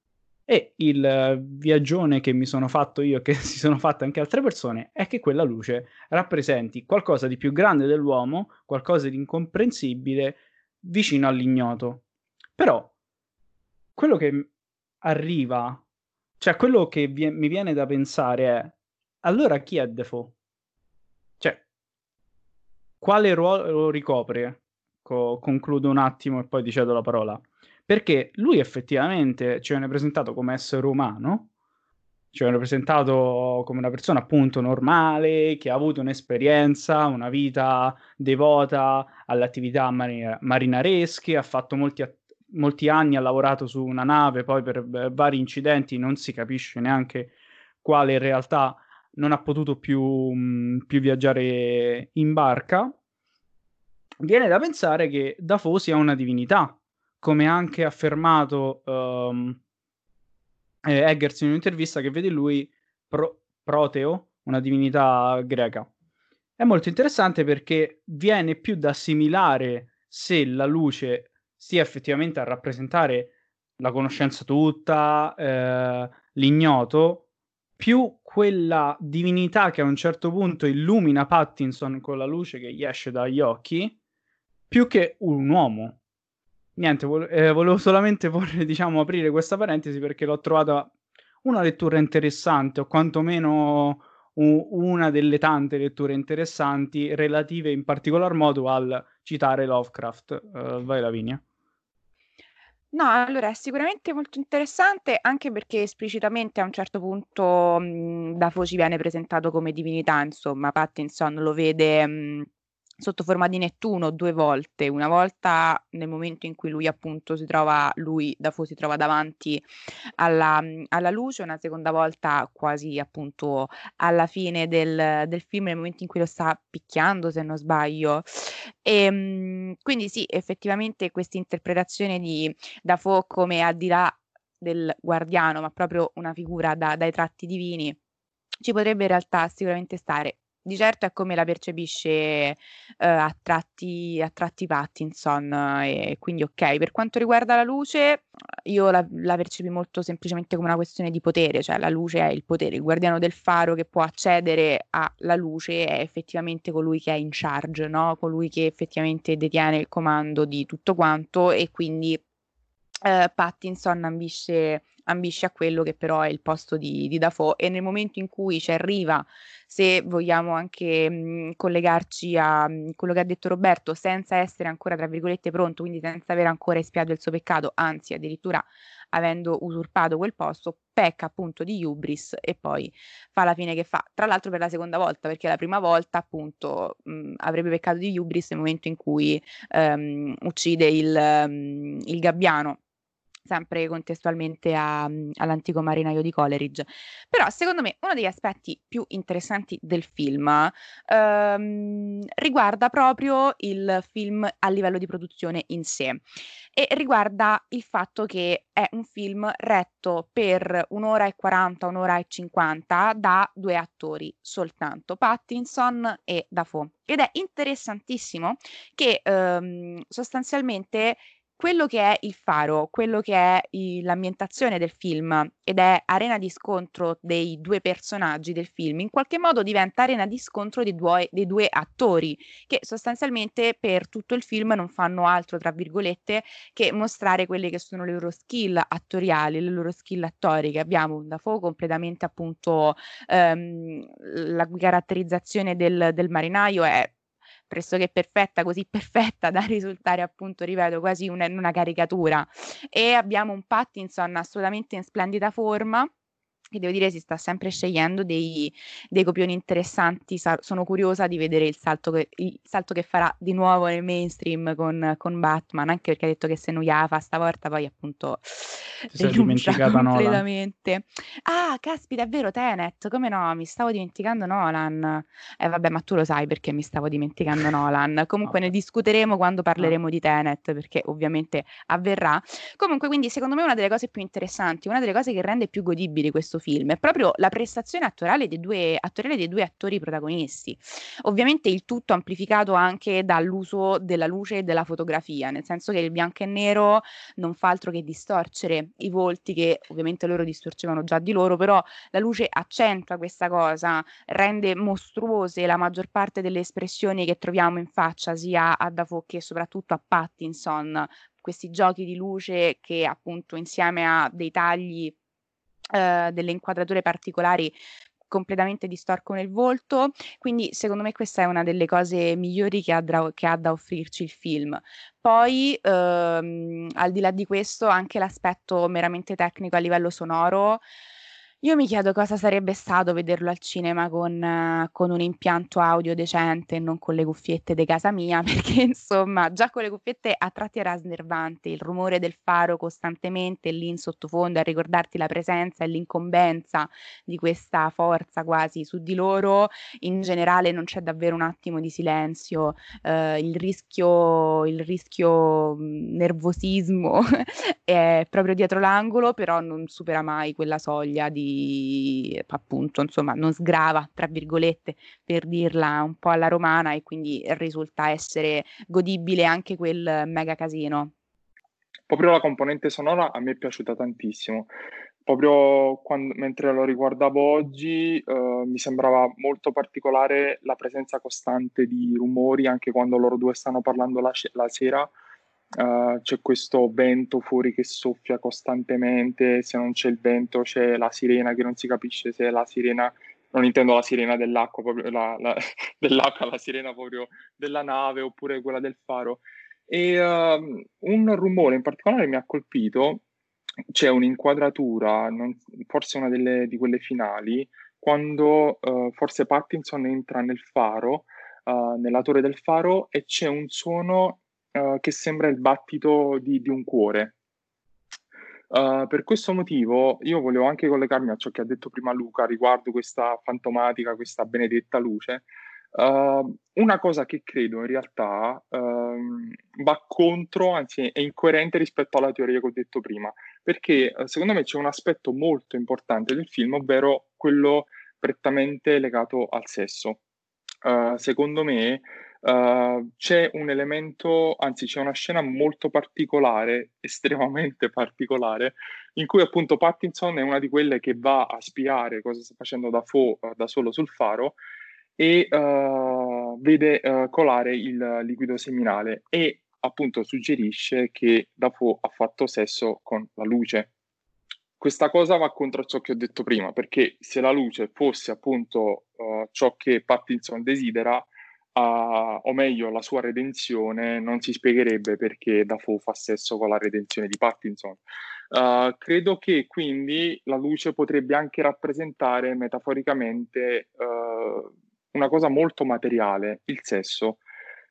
E il uh, viaggione che mi sono fatto io e che si sono fatte anche altre persone è che quella luce rappresenti qualcosa di più grande dell'uomo, qualcosa di incomprensibile vicino all'ignoto. Però quello che arriva, cioè quello che vi- mi viene da pensare è, allora chi è Defoe? Cioè, quale ruolo ricopre? Co- concludo un attimo e poi ti cedo la parola. Perché lui effettivamente ci viene presentato come essere umano, ci viene presentato come una persona appunto normale, che ha avuto un'esperienza, una vita devota alle attività mari- marinaresche, ha fatto molti, att- molti anni, ha lavorato su una nave, poi per eh, vari incidenti non si capisce neanche quale in realtà non ha potuto più, mh, più viaggiare in barca. Viene da pensare che Dafoe sia una divinità, come ha anche affermato um, eh, Eggers in un'intervista, che vede lui Pro- Proteo, una divinità greca. È molto interessante perché viene più da assimilare se la luce stia effettivamente a rappresentare la conoscenza tutta, eh, l'ignoto, più quella divinità che a un certo punto illumina Pattinson con la luce che gli esce dagli occhi, più che un uomo. Niente, vo- eh, volevo solamente porre, diciamo, aprire questa parentesi perché l'ho trovata una lettura interessante, o quantomeno u- una delle tante letture interessanti relative in particolar modo al citare Lovecraft. Uh, vai Lavinia. No, allora è sicuramente molto interessante anche perché esplicitamente a un certo punto mh, Dafoe ci viene presentato come divinità, insomma, Pattinson lo vede mh, sotto forma di Nettuno due volte, una volta nel momento in cui lui appunto si trova, lui Dafoe si trova davanti alla, mh, alla luce, una seconda volta quasi appunto alla fine del, del film, nel momento in cui lo sta picchiando, se non sbaglio. E, mh, quindi sì, effettivamente questa interpretazione di Dafoe come al di là del guardiano, ma proprio una figura da- dai tratti divini, ci potrebbe in realtà sicuramente stare. Di certo è come la percepisce eh, a tratti, a tratti Pattinson, eh, e quindi ok. Per quanto riguarda la luce, io la, la percepi molto semplicemente come una questione di potere, cioè la luce è il potere, il guardiano del faro che può accedere alla luce è effettivamente colui che è in charge, no? Colui che effettivamente detiene il comando di tutto quanto e quindi eh, Pattinson ambisce, ambisce a quello che però è il posto di, di Dafoe e nel momento in cui ci arriva, se vogliamo anche mh, collegarci a mh, quello che ha detto Roberto, senza essere ancora, tra virgolette, pronto, quindi senza aver ancora espiato il suo peccato, anzi addirittura avendo usurpato quel posto, pecca appunto di hubris e poi fa la fine che fa. Tra l'altro per la seconda volta, perché la prima volta appunto mh, avrebbe peccato di hubris nel momento in cui ehm, uccide il, um, il gabbiano sempre contestualmente a- all'antico marinaio di Coleridge. Però secondo me uno degli aspetti più interessanti del film ehm, riguarda proprio il film a livello di produzione in sé e riguarda il fatto che è un film retto per un'ora e quaranta, un'ora e cinquanta da due attori soltanto, Pattinson e Dafoe. Ed è interessantissimo che ehm, sostanzialmente quello che è il faro, quello che è i- l'ambientazione del film ed è arena di scontro dei due personaggi del film, in qualche modo diventa arena di scontro dei due, dei due attori, che sostanzialmente per tutto il film non fanno altro, tra virgolette, che mostrare quelle che sono le loro skill attoriali, le loro skill attoriche. Abbiamo un Dafoe completamente appunto ehm, la caratterizzazione del, del marinaio è pressoché perfetta, così perfetta da risultare appunto, ripeto, quasi una, una caricatura. E abbiamo un Pattinson assolutamente in splendida forma. Che devo dire si sta sempre scegliendo dei, dei copioni interessanti. Sa- sono curiosa di vedere il salto che, il salto che farà di nuovo nel mainstream con, con Batman, anche perché ha detto che se noiava stavolta, poi appunto Ti sei rinuncia dimenticata Nolan. completamente. Ah, caspita, è vero, Tenet, come no? Mi stavo dimenticando Nolan. Eh vabbè, ma tu lo sai perché mi stavo dimenticando Nolan. Comunque ne Vabbè. discuteremo quando Ah, parleremo di Tenet, perché ovviamente avverrà. Comunque, quindi, secondo me una delle cose più interessanti, una delle cose che rende più godibile questo film è proprio la prestazione attoriale dei due, attoriale dei due attori protagonisti. Ovviamente il tutto amplificato anche dall'uso della luce e della fotografia, nel senso che il bianco e nero non fa altro che distorcere i volti che ovviamente loro distorcevano già di loro, però la luce accentua questa cosa, rende mostruose la maggior parte delle espressioni che troviamo in faccia sia a Dafoe che soprattutto a Pattinson, questi giochi di luce che appunto insieme a dei tagli, eh, delle inquadrature particolari completamente distorcono il volto, quindi secondo me questa è una delle cose migliori che ha, da, che ha da offrirci il film. Poi, ehm, al di là di questo, anche l'aspetto meramente tecnico a livello sonoro, io mi chiedo cosa sarebbe stato vederlo al cinema con, eh, con un impianto audio decente e non con le cuffiette di casa mia, perché insomma già con le cuffiette a tratti era snervante, il rumore del faro costantemente lì in sottofondo a ricordarti la presenza e l'incombenza di questa forza quasi su di loro. In generale non c'è davvero un attimo di silenzio, eh, il rischio, il rischio mh, nervosismo è proprio dietro l'angolo, però non supera mai quella soglia di, appunto, insomma, non sgrava, tra virgolette, per dirla un po' alla romana, e quindi risulta essere godibile anche quel mega casino. Proprio la componente sonora a me è piaciuta tantissimo. Proprio quando- mentre lo riguardavo oggi, eh, mi sembrava molto particolare la presenza costante di rumori anche quando loro due stanno parlando la, la sera. Eh, c'è questo vento fuori che soffia costantemente. Se non c'è il vento, c'è la sirena che non si capisce se è la sirena. Non intendo la sirena dell'acqua, proprio la, la- dell'acqua, la sirena proprio della nave oppure quella del faro. E ehm, un rumore in particolare mi ha colpito, c'è un'inquadratura, non- forse una delle, di quelle finali, quando eh, forse Pattinson entra nel faro, eh, nella torre del faro, e c'è un suono eh, che sembra il battito di, di un cuore. Uh, per questo motivo io volevo anche collegarmi a ciò che ha detto prima Luca riguardo questa fantomatica, questa benedetta luce. Uh, una cosa che credo in realtà ehm, va contro, anzi è incoerente rispetto alla teoria che ho detto prima, perché eh, secondo me c'è un aspetto molto importante del film, ovvero quello prettamente legato al sesso. Uh, secondo me Uh, c'è un elemento, anzi c'è una scena molto particolare, estremamente particolare, in cui appunto Pattinson è una di quelle che va a spiare cosa sta facendo Dafoe uh, da solo sul faro e uh, vede uh, colare il liquido seminale e appunto suggerisce che Dafoe ha fatto sesso con la luce. Questa cosa va contro ciò che ho detto prima, perché se la luce fosse appunto uh, ciò che Pattinson desidera, uh, o meglio la sua redenzione, non si spiegherebbe perché Dafoe fa sesso con la redenzione di Pattinson. Uh, credo che quindi la luce potrebbe anche rappresentare metaforicamente uh, una cosa molto materiale, il sesso.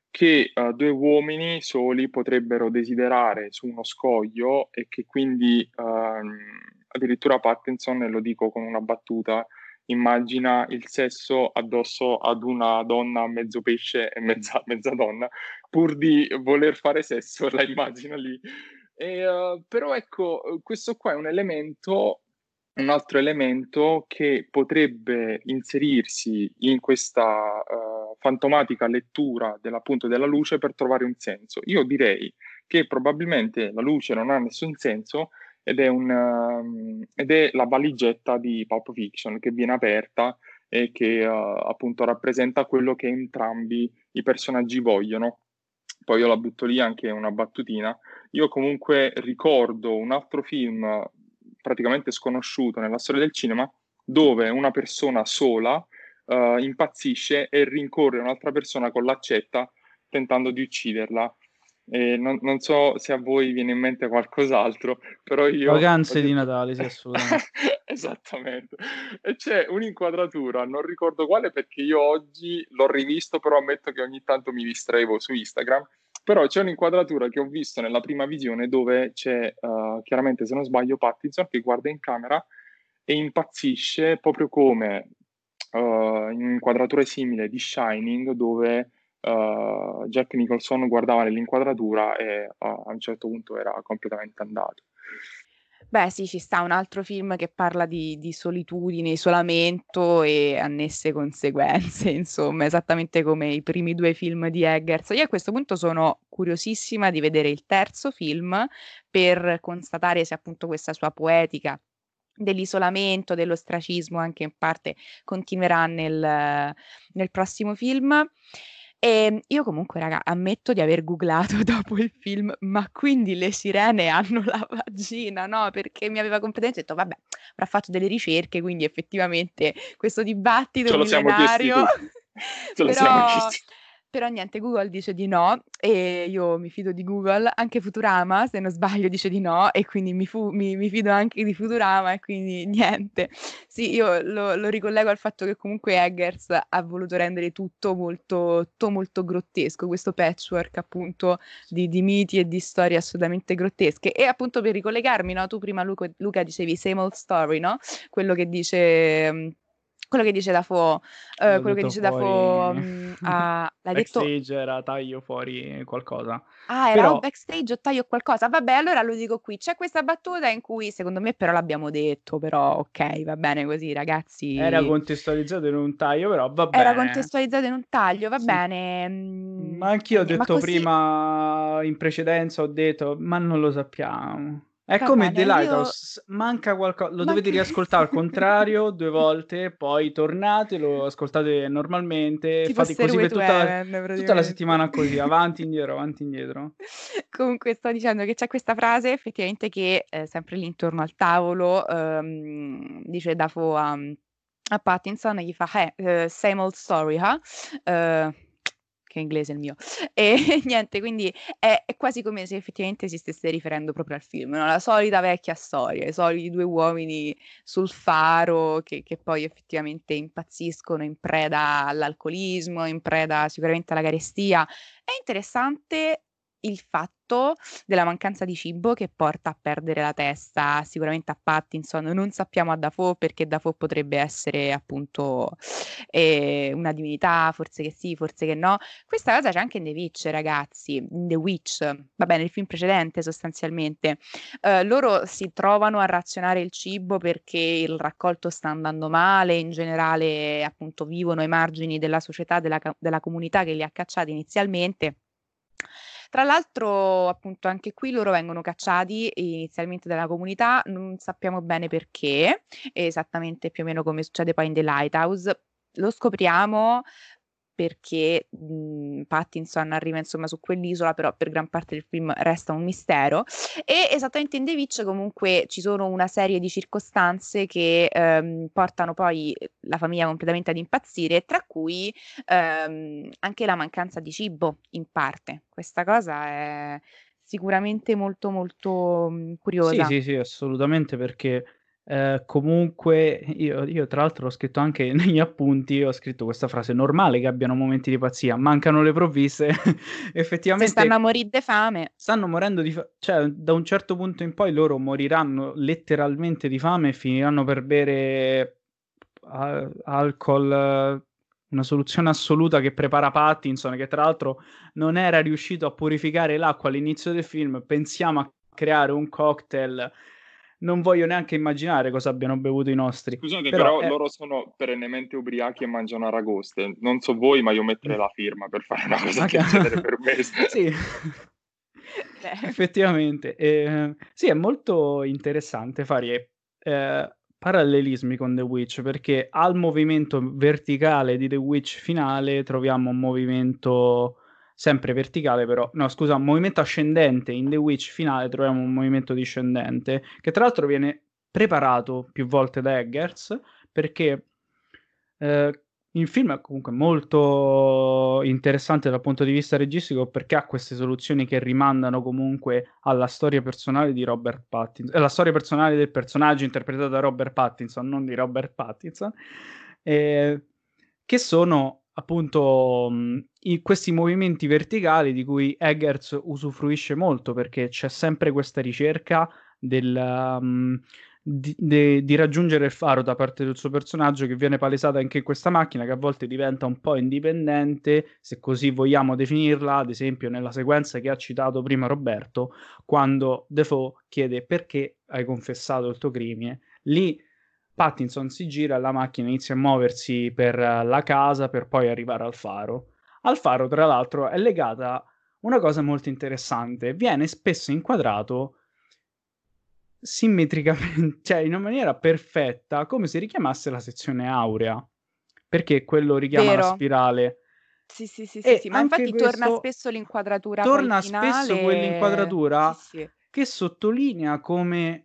che uh, due uomini soli potrebbero desiderare su uno scoglio e che quindi uh, addirittura Pattinson, e lo dico con una battuta, immagina il sesso addosso ad una donna mezzo pesce e mezza, mezza donna, pur di voler fare sesso, la immagina lì. E, uh, però ecco, questo qua è un elemento, un altro elemento che potrebbe inserirsi in questa uh, fantomatica lettura dell'appunto della luce per trovare un senso. Io direi che probabilmente la luce non ha nessun senso ed è, un, um, ed è la valigetta di Pulp Fiction che viene aperta e che uh, appunto rappresenta quello che entrambi i personaggi vogliono. Poi io la butto lì anche una battutina. Io comunque ricordo un altro film praticamente sconosciuto nella storia del cinema dove una persona sola uh, impazzisce e rincorre un'altra persona con l'accetta tentando di ucciderla. E non, non so se a voi viene in mente qualcos'altro, però io ho Vacanze di detto... Natale, sì, assolutamente. Esattamente. E c'è un'inquadratura, non ricordo quale perché io oggi l'ho rivisto, però ammetto che ogni tanto mi distraevo su Instagram. Però c'è un'inquadratura che ho visto nella prima visione dove c'è, uh, chiaramente, se non sbaglio, Pattinson che guarda in camera e impazzisce proprio come uh, in un'inquadratura simile di Shining dove uh, Jack Nicholson guardava nell'inquadratura e uh, a un certo punto era completamente andato. Beh, sì, ci sta un altro film che parla di, di solitudine, isolamento e annesse conseguenze, insomma, esattamente come i primi due film di Eggers. Io a questo punto sono curiosissima di vedere il terzo film per constatare se appunto questa sua poetica dell'isolamento, dell'ostracismo anche in parte continuerà nel, nel prossimo film. E io comunque, raga, ammetto di aver googlato dopo il film, ma quindi le sirene hanno la vagina, no? Perché mi aveva completamente detto, vabbè, avrà fatto delle ricerche, quindi effettivamente questo dibattito Ce lo siamo chiesti millenario, tutti. Ce lo siamo però... chiesti. Però niente, Google dice di no e io mi fido di Google, anche Futurama, se non sbaglio, dice di no e quindi mi, fu- mi- mi fido anche di Futurama e quindi niente. Sì, io lo, lo ricollego al fatto che comunque Eggers ha voluto rendere tutto molto, tutto molto grottesco, questo patchwork appunto di, di miti e di storie assolutamente grottesche. E appunto per ricollegarmi, no? Tu prima Luca, Luca dicevi same old story, no? Quello che dice... mm, Quello che dice Dafoe, eh, L'ho quello che detto dice Dafoe, fuori mm, a- l'hai detto backstage, era taglio fuori qualcosa. ah, era o Però backstage o taglio qualcosa. Vabbè, allora lo dico qui. C'è questa battuta in cui, secondo me, però l'abbiamo detto, però ok, va bene così, era ragazzi. contestualizzato in un taglio, però va Era bene. contestualizzato in un taglio, va Sì. bene. mm, Ma e anch'io ho ni- ma detto così, prima in precedenza, ho detto, ma non lo sappiamo. È va come The bene, io... Lighthouse, manca qualcosa, lo dovete Manca... riascoltare al contrario due volte, poi tornate, lo ascoltate normalmente, e Tipo fate così Stairway per to tutta la, Heaven, tutta la praticamente. settimana così, avanti, indietro, avanti, indietro. Comunque sto dicendo che c'è questa frase effettivamente che eh, sempre lì intorno al tavolo ehm, dice Dafoe a, a Pattinson e gli fa eh, eh, same old story, huh? Eh, che inglese il mio. E niente, quindi è, è quasi come se effettivamente si stesse riferendo proprio al film, no? La solita vecchia storia, i soliti due uomini sul faro che, che poi effettivamente impazziscono in preda all'alcolismo, in preda sicuramente alla carestia. È interessante il fatto della mancanza di cibo che porta a perdere la testa sicuramente a Pattinson. Non sappiamo a Dafoe perché Dafoe potrebbe essere appunto eh, una divinità, forse che sì, forse che no. Questa cosa c'è anche in The Witch, ragazzi, in The Witch, va bene, il film precedente sostanzialmente. Eh, loro si trovano a razionare il cibo perché il raccolto sta andando male, in generale appunto vivono ai margini della società, della, ca- della comunità che li ha cacciati inizialmente. Tra l'altro, appunto, anche qui loro vengono cacciati inizialmente dalla comunità, non sappiamo bene perché, esattamente più o meno come succede poi in The Lighthouse. Lo scopriamo perché mh, Pattinson arriva insomma su quell'isola, però per gran parte del film resta un mistero. E esattamente in The Witch comunque ci sono una serie di circostanze che ehm, portano poi la famiglia completamente ad impazzire, tra cui ehm, anche la mancanza di cibo in parte. Questa cosa è sicuramente molto molto mh, Sì, curiosa. sì, sì, assolutamente, perché Eh, comunque, io, io tra l'altro ho scritto anche negli appunti, ho scritto questa frase: normale che abbiano momenti di pazzia, mancano le provviste. Se stanno a Effettivamente morire di fame, stanno morendo di fame, cioè da un certo punto in poi loro moriranno letteralmente di fame e finiranno per bere a- alcol, eh, una soluzione assoluta che prepara Pattinson, che tra l'altro non era riuscito a purificare l'acqua all'inizio del film. Pensiamo a creare un cocktail, non voglio neanche immaginare cosa abbiano bevuto i nostri, Scusate, però però è... loro sono perennemente ubriachi e mangiano aragoste. Non so voi, ma io metterei la firma per fare una cosa Anche- del genere per me. Sì, beh, effettivamente. Eh, sì, è molto interessante fare eh, parallelismi con The Witch, perché al movimento verticale di The Witch finale troviamo un movimento sempre verticale, però no, scusa, un movimento ascendente in The Witch finale troviamo un movimento discendente, che tra l'altro viene preparato più volte da Eggers, perché eh, il film è comunque molto interessante dal punto di vista registico, perché ha queste soluzioni che rimandano comunque alla storia personale di Robert Pattinson, eh, la storia personale del personaggio interpretato da Robert Pattinson, non di Robert Pattinson, eh, che sono appunto mh, i- questi movimenti verticali di cui Eggers usufruisce molto, perché c'è sempre questa ricerca del, um, di, de- di raggiungere il faro da parte del suo personaggio, che viene palesata anche in questa macchina, che a volte diventa un po' indipendente, se così vogliamo definirla, ad esempio nella sequenza che ha citato prima Roberto, quando Defoe chiede: perché hai confessato il tuo crimine? Lì Pattinson si gira e la macchina inizia a muoversi per eh, la casa per poi arrivare al faro. Al faro, tra l'altro, è legata una cosa molto interessante: viene spesso inquadrato simmetricamente, cioè in una maniera perfetta, come se richiamasse la sezione aurea, perché quello richiama la vero. spirale. Sì, sì, sì, sì, E sì, ma anche infatti torna questo spesso l'inquadratura poi torna spesso finale. Sì, quell'inquadratura sì. che sottolinea come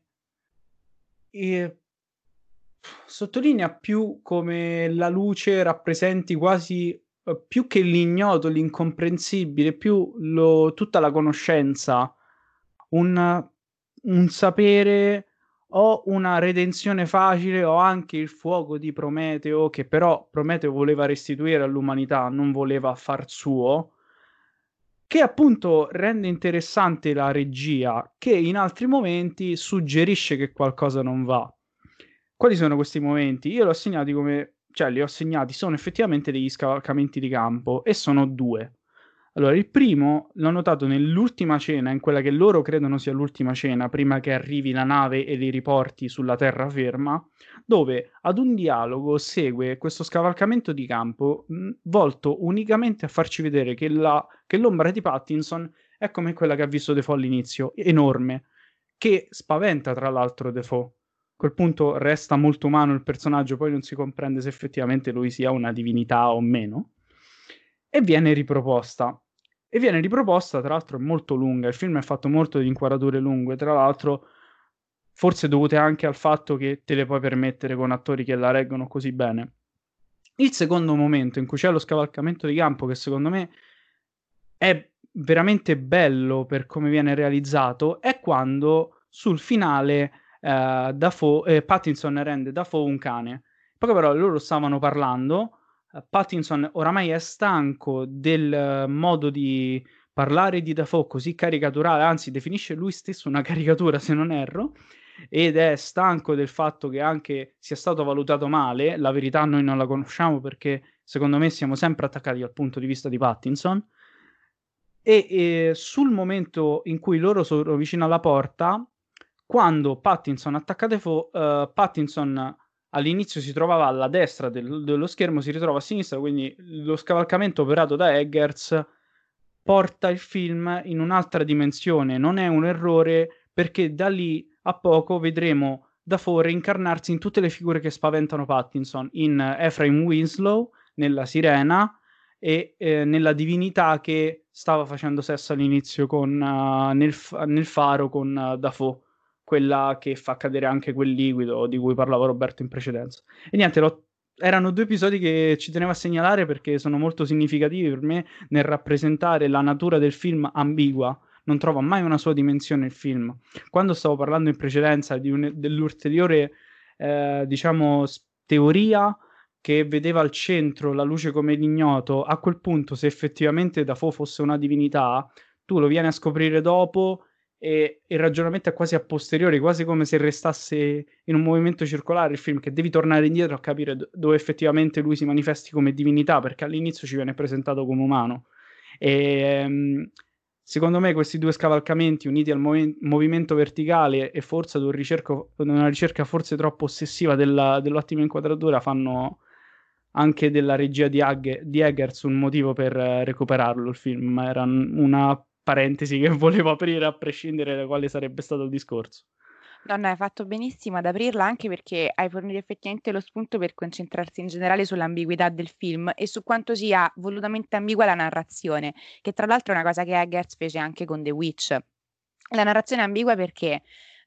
eh, sottolinea più come la luce rappresenti quasi eh, più che l'ignoto, l'incomprensibile, più lo- tutta la conoscenza, un, un sapere o una redenzione facile, o anche il fuoco di Prometeo, che però Prometeo voleva restituire all'umanità, non voleva far suo, che appunto rende interessante la regia, che in altri momenti suggerisce che qualcosa non va. Quali sono questi momenti? Io li ho segnati come, cioè li ho segnati, sono effettivamente degli scavalcamenti di campo, e sono due. Allora, il primo l'ho notato nell'ultima cena, in quella che loro credono sia l'ultima cena, prima che arrivi la nave e li riporti sulla terraferma, dove ad un dialogo segue questo scavalcamento di campo mh, volto unicamente a farci vedere che, la, che l'ombra di Pattinson è come quella che ha visto Defoe all'inizio, enorme, che spaventa tra l'altro Defoe. A quel punto resta molto umano il personaggio, poi non si comprende se effettivamente lui sia una divinità o meno, e viene riproposta. E viene riproposta, tra l'altro, è molto lunga. Il film è fatto molto di inquadrature lunghe, tra l'altro, forse dovute anche al fatto che te le puoi permettere con attori che la reggono così bene. Il secondo momento in cui c'è lo scavalcamento di campo, che secondo me è veramente bello per come viene realizzato, è quando sul finale eh, Dafoe, eh, Pattinson rende Dafoe un cane. In poche parole, loro stavano parlando. eh, Pattinson oramai è stanco del eh, modo di parlare di Dafoe così caricaturale, anzi definisce lui stesso una caricatura se non erro, ed è stanco del fatto che anche sia stato valutato male. La verità noi non la conosciamo, perché secondo me siamo sempre attaccati al punto di vista di Pattinson. E eh, sul momento in cui loro sono vicino alla porta, quando Pattinson attacca Defoe, eh, Pattinson all'inizio si trovava alla destra del- dello schermo, si ritrova a sinistra, quindi lo scavalcamento operato da Eggers porta il film in un'altra dimensione. Non è un errore, perché da lì a poco vedremo Dafoe reincarnarsi in tutte le figure che spaventano Pattinson, in Ephraim Winslow, nella Sirena, e eh, nella divinità che stava facendo sesso all'inizio con, uh, nel, f- nel faro con uh, Dafoe, quella che fa cadere anche quel liquido di cui parlava Roberto in precedenza. E niente, l'ho- erano due episodi che ci tenevo a segnalare, perché sono molto significativi per me nel rappresentare la natura del film ambigua. Non trova mai una sua dimensione il film. Quando stavo parlando in precedenza di un- dell'ulteriore eh, diciamo, s- teoria che vedeva al centro la luce come l'ignoto, a quel punto se effettivamente Dafoe fosse una divinità, tu lo vieni a scoprire dopo e il ragionamento è quasi a posteriori, quasi come se restasse in un movimento circolare il film, che devi tornare indietro a capire do- dove effettivamente lui si manifesti come divinità, perché all'inizio ci viene presentato come umano. E, ehm, secondo me questi due scavalcamenti uniti al movi- movimento verticale e forse ad un ricerco- ad una ricerca forse troppo ossessiva della- dell'ottima inquadratura fanno anche della regia di, Hag- di Eggers un motivo per eh, recuperarlo il film, ma era n- una parentesi che volevo aprire a prescindere da quale sarebbe stato il discorso. No, no, hai fatto benissimo ad aprirla anche perché hai fornito effettivamente lo spunto per concentrarsi in generale sull'ambiguità del film e su quanto sia volutamente ambigua la narrazione, che tra l'altro è una cosa che Eggers fece anche con The Witch. La narrazione è ambigua perché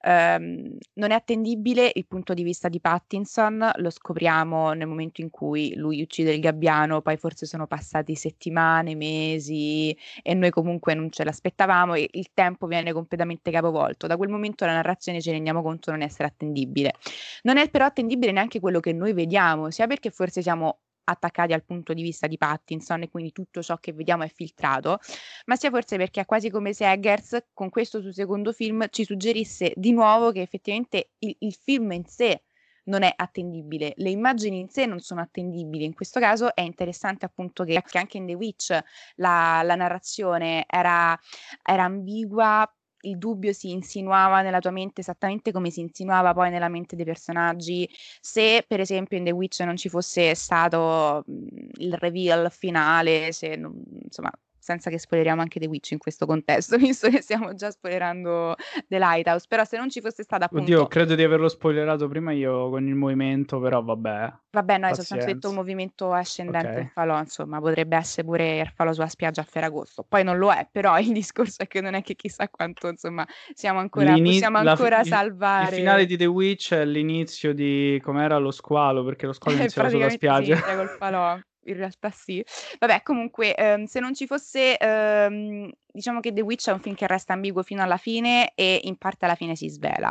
ehm, non è attendibile il punto di vista di Pattinson, lo scopriamo nel momento in cui lui uccide il gabbiano, poi forse sono passati settimane, mesi e noi comunque non ce l'aspettavamo e il tempo viene completamente capovolto. Da quel momento la narrazione ci rendiamo conto non essere attendibile. Non è però attendibile neanche quello che noi vediamo, sia perché forse siamo attaccati al punto di vista di Pattinson e quindi tutto ciò che vediamo è filtrato, ma sia forse perché è quasi come se Eggers con questo suo secondo film ci suggerisse di nuovo che effettivamente il, il film in sé non è attendibile, le immagini in sé non sono attendibili. In questo caso è interessante appunto che, che anche in The Witch la, la narrazione era, era ambigua, il dubbio si insinuava nella tua mente esattamente come si insinuava poi nella mente dei personaggi. Se per esempio in The Witch non ci fosse stato mh, il reveal finale, se non- insomma, senza che spoileriamo anche The Witch in questo contesto, visto che stiamo già spoilerando The Lighthouse, però se non ci fosse stata Oddio, appunto credo di averlo spoilerato prima io con il movimento, però vabbè, vabbè, no, hai soltanto detto un pazienza. movimento ascendente il Ok. falò, insomma, potrebbe essere pure il falò sulla spiaggia a Ferragosto. Poi non lo è, però il discorso è che non è che chissà quanto, insomma, siamo ancora, L'ini- possiamo la fi- ancora il, il finale salvare. di The Witch è l'inizio di com'era lo squalo, perché lo squalo iniziava sulla Praticamente si spiaggia. inizia col falò, in realtà sì. Vabbè, comunque, ehm, se non ci fosse, ehm, diciamo che The Witch è un film che resta ambiguo fino alla fine e in parte alla fine si svela.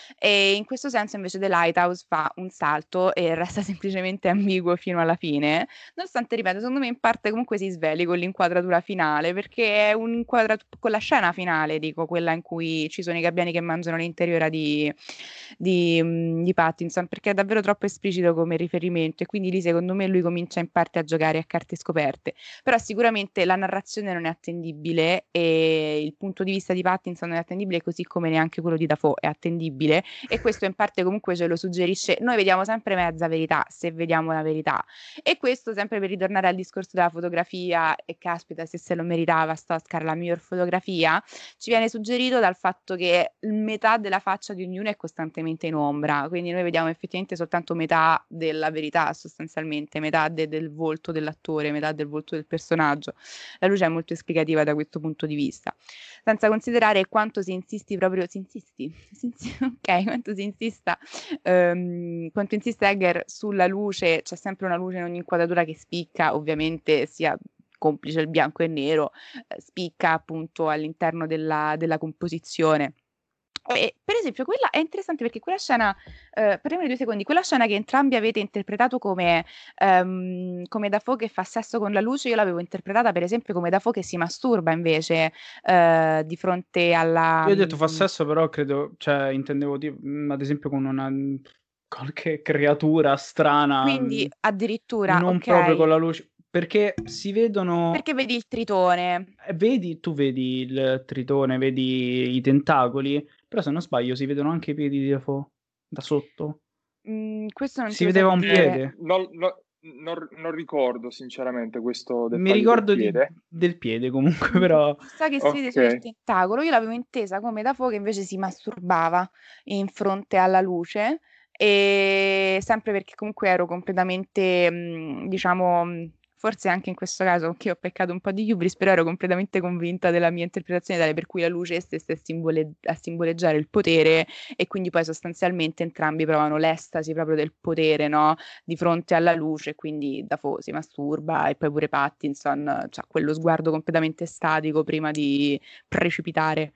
E in questo senso invece The Lighthouse fa un salto e resta semplicemente ambiguo fino alla fine, nonostante, ripeto, secondo me in parte comunque si sveli con l'inquadratura finale, perché è un'inquadratura con la scena finale, dico, quella in cui ci sono i gabbiani che mangiano l'interiora di, di, mm, di Pattinson, perché è davvero troppo esplicito come riferimento e quindi lì secondo me lui comincia in parte a giocare a carte scoperte. Però sicuramente la narrazione non è attendibile e il punto di vista di Pattinson non è attendibile, così come neanche quello di Dafoe è attendibile e questo in parte comunque ce lo suggerisce. Noi vediamo sempre mezza verità, se vediamo la verità. E questo sempre per ritornare al discorso della fotografia e caspita se se lo meritava sta Oscar la miglior fotografia, ci viene suggerito dal fatto che metà della faccia di ognuno è costantemente in ombra, quindi noi vediamo effettivamente soltanto metà della verità, sostanzialmente, metà de- del volto dell'attore, metà del volto del personaggio. La luce è molto esplicativa da questo punto di vista, senza considerare quanto si insisti proprio, si insisti, si insi- ok, quanto si insista, ehm, quanto insiste Egger sulla luce, c'è sempre una luce in ogni inquadratura che spicca, ovviamente sia complice il bianco e nero, eh, spicca appunto all'interno della, della composizione. E, per esempio, quella è interessante perché quella scena, eh, parliamo di due secondi, quella scena che entrambi avete interpretato come, ehm, come Dafoe che fa sesso con la luce, io l'avevo interpretata per esempio come Dafoe che si masturba invece eh, di fronte alla... Io ho detto fa mm, sesso, però credo, cioè, intendevo tipo, mm, ad esempio con una qualche creatura strana, quindi mm, addirittura, non proprio ok, con la luce, perché si vedono, perché vedi il tritone. eh, vedi, tu vedi il tritone, vedi i tentacoli, però se non sbaglio si vedono anche i piedi di Defoe da sotto. Mm, questo non Si te lo so vedeva un Eh, dire. piede. non, no- non- non ricordo sinceramente questo Mi dettaglio del ricordo di- piede. del piede comunque, Mm, però Mi sa che si vede Ok. solo il tentacolo. Io l'avevo intesa come Dafoe che invece si masturbava in fronte alla luce, e sempre perché comunque ero completamente, mm, diciamo, mm, forse anche in questo caso che ho peccato un po' di hubris, però ero completamente convinta della mia interpretazione tale per cui la luce stesse a, simbole- a simboleggiare il potere e quindi poi sostanzialmente entrambi provano l'estasi proprio del potere, no? Di fronte alla luce, quindi Dafoe si masturba e poi pure Pattinson ha quello sguardo completamente statico prima di precipitare.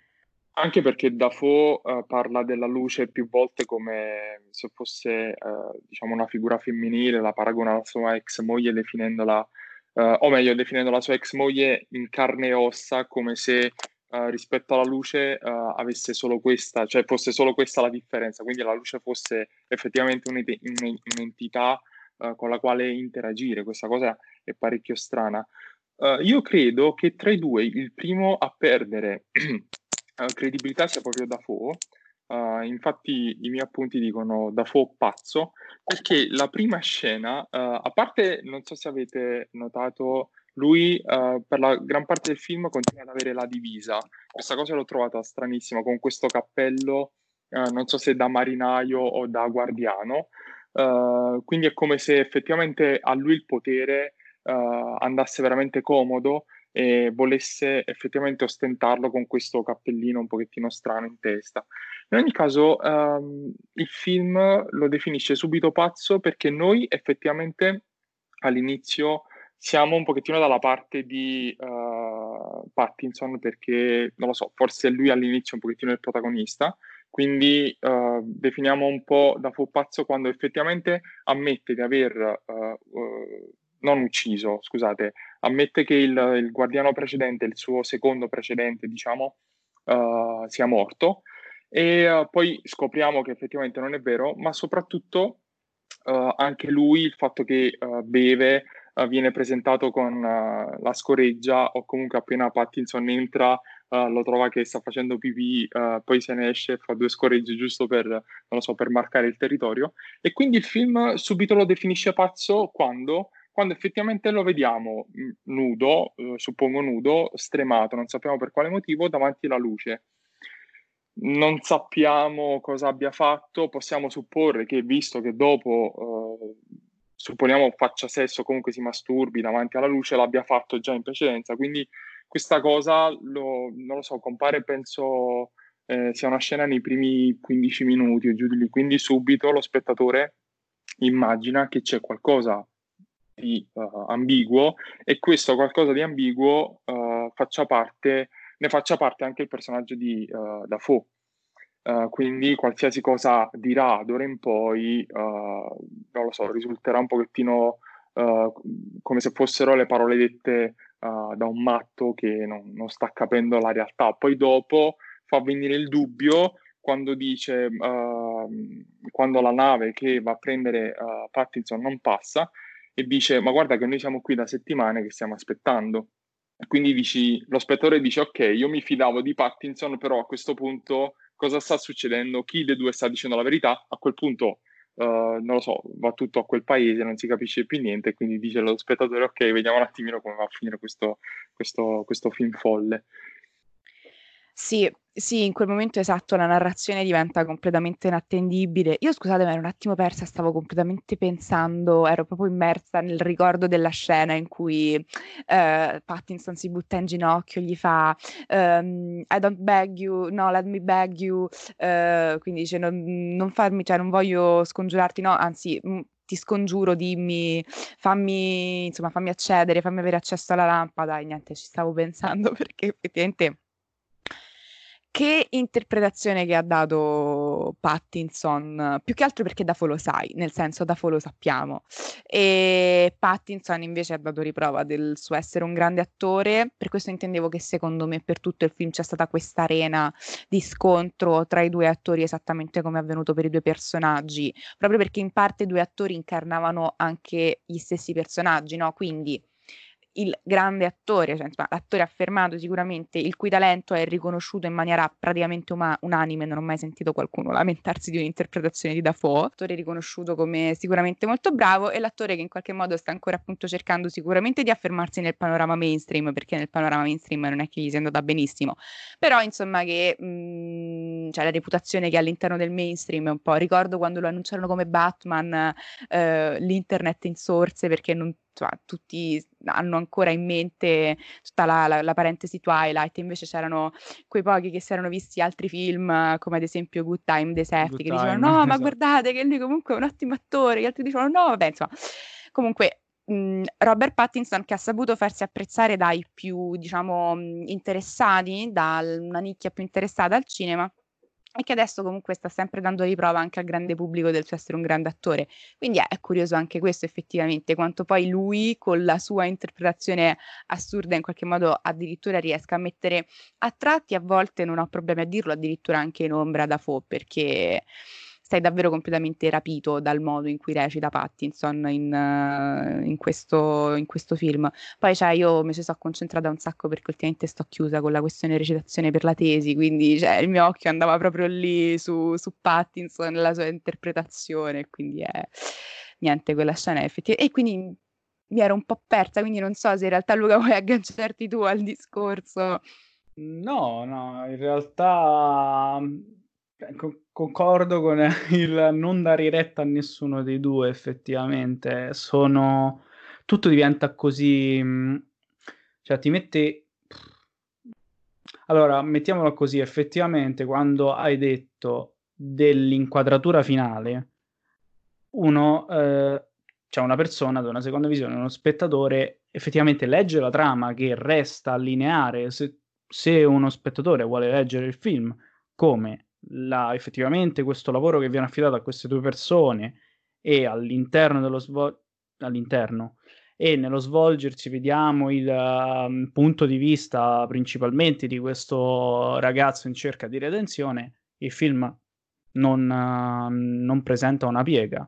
Anche perché Dafoe eh, parla della luce più volte come se fosse, eh, diciamo, una figura femminile, la paragona alla sua ex moglie definendola, eh, o meglio, definendo la sua ex moglie in carne e ossa, come se eh, rispetto alla luce eh, avesse solo questa, cioè fosse solo questa la differenza, quindi la luce fosse effettivamente un'ente- un- un'entità eh, con la quale interagire. Questa cosa è parecchio strana. Eh, io credo che tra i due il primo a perdere eh, credibilità sia proprio Dafoe. Uh, infatti i miei appunti dicono Dafoe pazzo, perché la prima scena, uh, a parte, non so se avete notato, lui uh, per la gran parte del film continua ad avere la divisa. Questa cosa l'ho trovata stranissima, con questo cappello, uh, non so se da marinaio o da guardiano. Uh, quindi è come se effettivamente a lui il potere uh, andasse veramente comodo e volesse effettivamente ostentarlo con questo cappellino un pochettino strano in testa. In ogni caso, ehm, il film lo definisce subito pazzo perché noi effettivamente all'inizio siamo un pochettino dalla parte di eh, Pattinson perché, non lo so, forse lui all'inizio è un pochettino il protagonista, quindi eh, definiamo un po' da fu pazzo quando effettivamente ammette di aver eh, eh, non ucciso, scusate, ammette che il, il guardiano precedente, il suo secondo precedente, diciamo, uh, sia morto e uh, poi scopriamo che effettivamente non è vero, ma soprattutto uh, anche lui, il fatto che uh, beve, uh, viene presentato con uh, la scoreggia o comunque appena Pattinson entra uh, lo trova che sta facendo pipì, uh, poi se ne esce e fa due scoregge giusto per, non lo so, per marcare il territorio e quindi il film subito lo definisce pazzo quando quando effettivamente lo vediamo mh, nudo, eh, suppongo nudo, stremato, non sappiamo per quale motivo, davanti alla luce. Non sappiamo cosa abbia fatto, possiamo supporre che visto che dopo, eh, supponiamo faccia sesso, comunque si masturbi davanti alla luce, l'abbia fatto già in precedenza, quindi questa cosa, lo, non lo so, compare penso eh, sia una scena nei primi quindici minuti o giù di lì, quindi subito lo spettatore immagina che c'è qualcosa di uh, ambiguo e questo qualcosa di ambiguo uh, faccia parte, ne faccia parte anche il personaggio di uh, Dafoe. Uh, quindi qualsiasi cosa dirà d'ora in poi, uh, non lo so, risulterà un pochettino uh, come se fossero le parole dette uh, da un matto che non, non sta capendo la realtà. Poi dopo fa venire il dubbio quando dice, uh, quando la nave che va a prendere uh, Pattinson non passa, e dice: Ma guarda, che noi siamo qui da settimane che stiamo aspettando. E quindi dici, lo spettatore dice: Ok, io mi fidavo di Pattinson, però a questo punto cosa sta succedendo? Chi dei due sta dicendo la verità? A quel punto, uh, non lo so, va tutto a quel paese, non si capisce più niente. E quindi dice lo spettatore: Ok, vediamo un attimino come va a finire questo, questo, questo film folle. Sì, sì, in quel momento esatto la narrazione diventa completamente inattendibile. Io scusate, mi ero un attimo persa, stavo completamente pensando, ero proprio immersa nel ricordo della scena in cui eh, Pattinson si butta in ginocchio, gli fa ehm, I don't beg you, no, let me beg you, eh, quindi dice non, non farmi, cioè non voglio scongiurarti, no, anzi mh, ti scongiuro, dimmi, fammi, insomma, fammi accedere, fammi avere accesso alla lampada e niente, ci stavo pensando perché effettivamente che interpretazione che ha dato Pattinson, più che altro perché Dafoe lo sai, nel senso Dafoe lo sappiamo, e Pattinson invece ha dato riprova del suo essere un grande attore, per questo intendevo che secondo me per tutto il film c'è stata questa arena di scontro tra i due attori, esattamente come è avvenuto per i due personaggi, proprio perché in parte i due attori incarnavano anche gli stessi personaggi, no? Quindi il grande attore, cioè, insomma, l'attore affermato sicuramente, il cui talento è riconosciuto in maniera praticamente uma- unanime, non ho mai sentito qualcuno lamentarsi di un'interpretazione di Dafoe, l'attore riconosciuto come sicuramente molto bravo e l'attore che in qualche modo sta ancora appunto cercando sicuramente di affermarsi nel panorama mainstream, perché nel panorama mainstream non è che gli sia andata benissimo, però insomma che mh, cioè, la reputazione che all'interno del mainstream è un po', ricordo quando lo annunciarono come Batman, eh, l'internet insorse perché non insomma, tutti hanno ancora in mente tutta la, la, la parentesi Twilight, invece c'erano quei pochi che si erano visti altri film, come ad esempio Good Time dei Sefti, Good che dicevano time, no, ma esatto. guardate che lui comunque è un ottimo attore, gli altri dicevano no, vabbè, insomma, comunque mh, Robert Pattinson, che ha saputo farsi apprezzare dai più, diciamo, mh, interessati, da una nicchia più interessata al cinema, e che adesso comunque sta sempre dando riprova anche al grande pubblico del suo essere un grande attore. Quindi è, è curioso anche questo effettivamente, quanto poi lui con la sua interpretazione assurda in qualche modo addirittura riesca a mettere a tratti, a volte non ho problemi a dirlo, addirittura anche in ombra Dafoe, perché sei davvero completamente rapito dal modo in cui recita Pattinson in, eh, in questo, in questo film. Poi cioè, io mi ci sono concentrata un sacco perché ultimamente sto chiusa con la questione recitazione per la tesi, quindi cioè, il mio occhio andava proprio lì su, su Pattinson, la sua interpretazione, quindi è niente, quella scena è effettivamente. E quindi mi ero un po' persa, quindi non so se in realtà Luca vuoi agganciarti tu al discorso. No, no, in realtà eh, co- concordo con il non dare retta a nessuno dei due, effettivamente. Sono... Tutto diventa così... mh, cioè ti mette... Allora, mettiamolo così, effettivamente, quando hai detto dell'inquadratura finale, uno, eh, cioè una persona da una seconda visione, uno spettatore, effettivamente legge la trama che resta lineare. Se, se uno spettatore vuole leggere il film come la, effettivamente questo lavoro che viene affidato a queste due persone e all'interno dello svol- all'interno e nello svolgersi vediamo il um, punto di vista principalmente di questo ragazzo in cerca di redenzione, il film non, uh, non presenta una piega.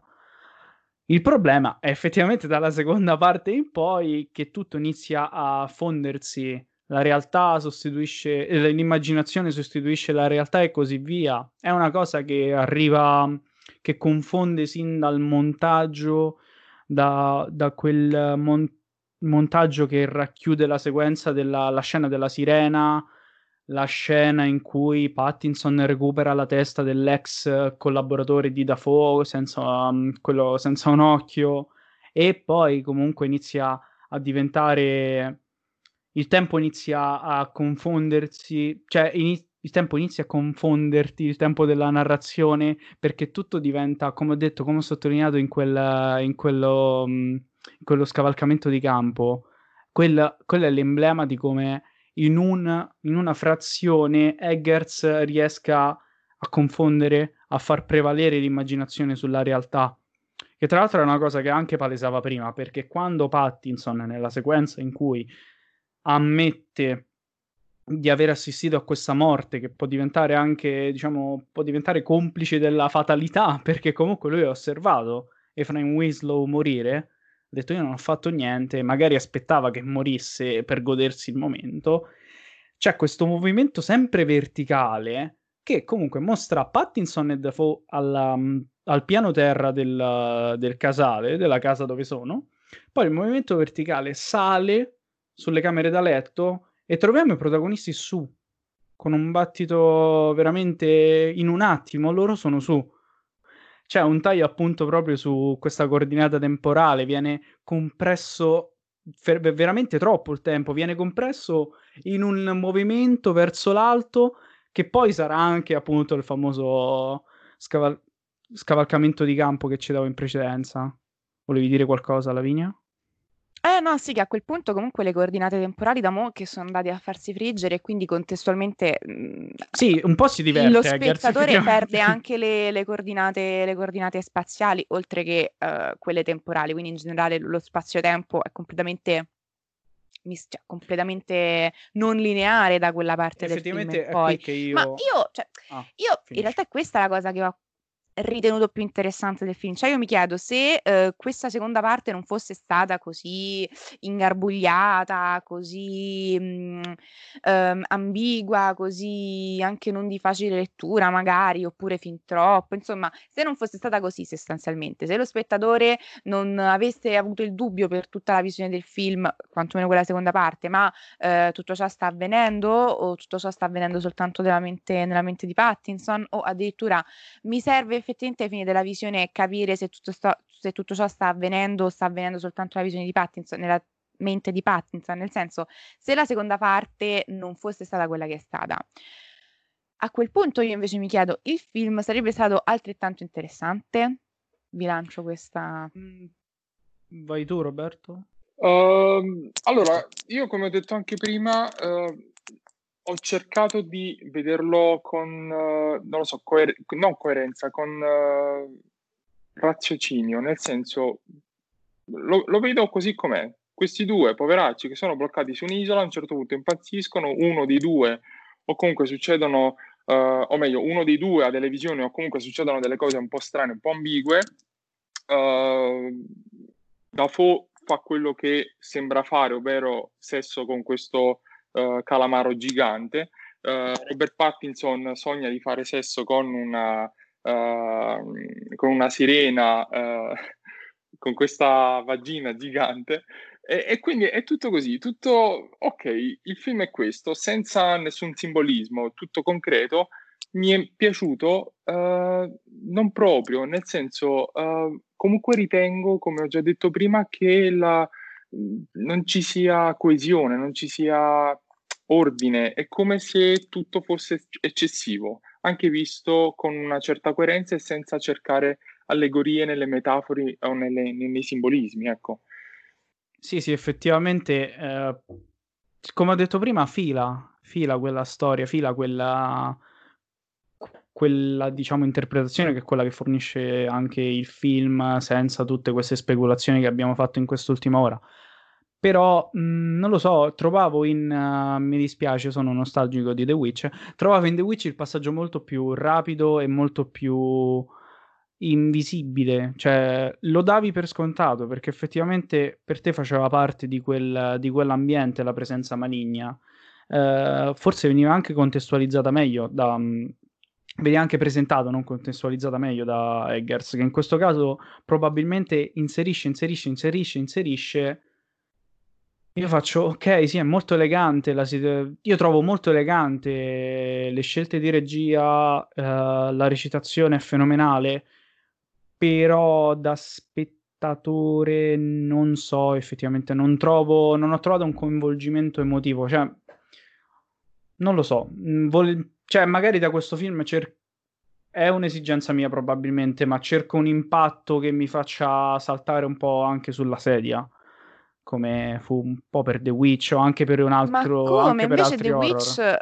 Il problema è effettivamente dalla seconda parte in poi che tutto inizia a fondersi, la realtà sostituisce, eh, l'immaginazione sostituisce la realtà e così via. È una cosa che arriva, che confonde sin dal montaggio, da, da quel mon- montaggio che racchiude la sequenza della la scena della sirena, la scena in cui Pattinson recupera la testa dell'ex collaboratore di Dafoe senza, um, quello senza un occhio, e poi comunque inizia a diventare... Il tempo inizia a confondersi, cioè ini- il tempo inizia a confonderti, il tempo della narrazione, perché tutto diventa, come ho detto, come ho sottolineato in, quel, in quello, mh, in quello scavalcamento di campo, quel- quello è l'emblema di come in, un, in una frazione Eggers riesca a confondere, a far prevalere l'immaginazione sulla realtà. Che tra l'altro è una cosa che anche palesava prima, perché quando Pattinson, nella sequenza in cui ammette di aver assistito a questa morte, che può diventare anche, diciamo, può diventare complice della fatalità, perché comunque lui ha osservato Ephraim Winslow morire, ha detto io non ho fatto niente, magari aspettava che morisse per godersi il momento. C'è questo movimento sempre verticale che comunque mostra Pattinson e Dafoe alla, al piano terra del, del casale, della casa dove sono, poi il movimento verticale sale sulle camere da letto e troviamo i protagonisti su, con un battito veramente in un attimo, loro sono su. C'è un taglio appunto proprio su questa coordinata temporale, viene compresso fer- veramente troppo il tempo, viene compresso in un movimento verso l'alto che poi sarà anche appunto il famoso scaval- scavalcamento di campo che ci davo in precedenza. Volevi dire qualcosa, Lavinia? Eh no, sì, che a quel punto comunque le coordinate temporali da mo' che sono andate a farsi friggere e quindi contestualmente mh, Sì, un po' si lo diverte Eggers, spettatore perde effettivamente. anche le, le coordinate, le coordinate spaziali, oltre che eh, quelle temporali, quindi in generale lo spazio-tempo è completamente, mis- cioè, completamente non lineare da quella parte del film in Effettivamente è poi. qui che Ma io... io, cioè, Ah, io in finisci. realtà è questa la cosa che ho ritenuto più interessante del film. Cioè, io mi chiedo se eh, questa seconda parte non fosse stata così ingarbugliata, così mh, ehm, ambigua, così anche non di facile lettura, magari, oppure fin troppo. Insomma, se non fosse stata così sostanzialmente, se lo spettatore non avesse avuto il dubbio per tutta la visione del film, quantomeno quella seconda parte, ma eh, tutto ciò sta avvenendo o tutto ciò sta avvenendo soltanto nella mente, nella mente di Pattinson o addirittura mi serve effettivamente ai fini della visione capire se tutto, sto- se tutto ciò sta avvenendo o sta avvenendo soltanto nella visione di Pattinson, nella mente di Pattinson, nel senso, se la seconda parte non fosse stata quella che è stata. A quel punto io invece mi chiedo, il film sarebbe stato altrettanto interessante? Vi lancio questa... Mm, Vai tu, Roberto? Uh, allora, io come ho detto anche prima, uh, ho cercato di vederlo con, uh, non lo so, coer- non coerenza, con uh, raziocinio, nel senso, lo, lo vedo così com'è. Questi due poveracci che sono bloccati su un'isola, a un certo punto impazziscono, uno dei due, o comunque succedono, uh, o meglio, uno dei due ha delle visioni, o comunque succedono delle cose un po' strane, un po' ambigue. Uh, Dafoe fa quello che sembra fare, ovvero sesso con questo uh, calamaro gigante. Uh, Robert Pattinson sogna di fare sesso con una, uh, con una sirena, uh, con questa vagina gigante. E, e quindi è tutto così, tutto ok. Il film è questo, senza nessun simbolismo, tutto concreto. Mi è piaciuto uh, non proprio, nel senso, uh, comunque ritengo, come ho già detto prima, che la, non ci sia coesione, non ci sia ordine, è come se tutto fosse eccessivo, anche visto con una certa coerenza e senza cercare allegorie nelle metafore o nelle, nei simbolismi, ecco. Sì, sì, effettivamente, eh, come ho detto prima, fila, fila quella storia, fila quella, quella, diciamo, interpretazione che è quella che fornisce anche il film, senza tutte queste speculazioni che abbiamo fatto in quest'ultima ora. Però, mh, non lo so, trovavo in... uh, mi dispiace, sono nostalgico di The Witch, trovavo in The Witch il passaggio molto più rapido e molto più invisibile, cioè lo davi per scontato perché effettivamente per te faceva parte di, quel, di quell'ambiente la presenza maligna. Uh, forse veniva anche contestualizzata meglio da... Mh, veniva anche presentato, non contestualizzata meglio da Eggers, che in questo caso probabilmente inserisce, inserisce, inserisce, inserisce. Io faccio, ok, sì, è molto elegante, la sit- io trovo molto elegante le scelte di regia, eh, la recitazione è fenomenale, però da spettatore non so, effettivamente, non trovo, non ho trovato un coinvolgimento emotivo, cioè, non lo so, mm, vol- cioè, magari da questo film cer- è un'esigenza mia probabilmente, ma cerco un impatto che mi faccia saltare un po' anche sulla sedia, come fu un po' per The Witch o anche per un Ma altro, come? anche per Invece The altri Witch horror.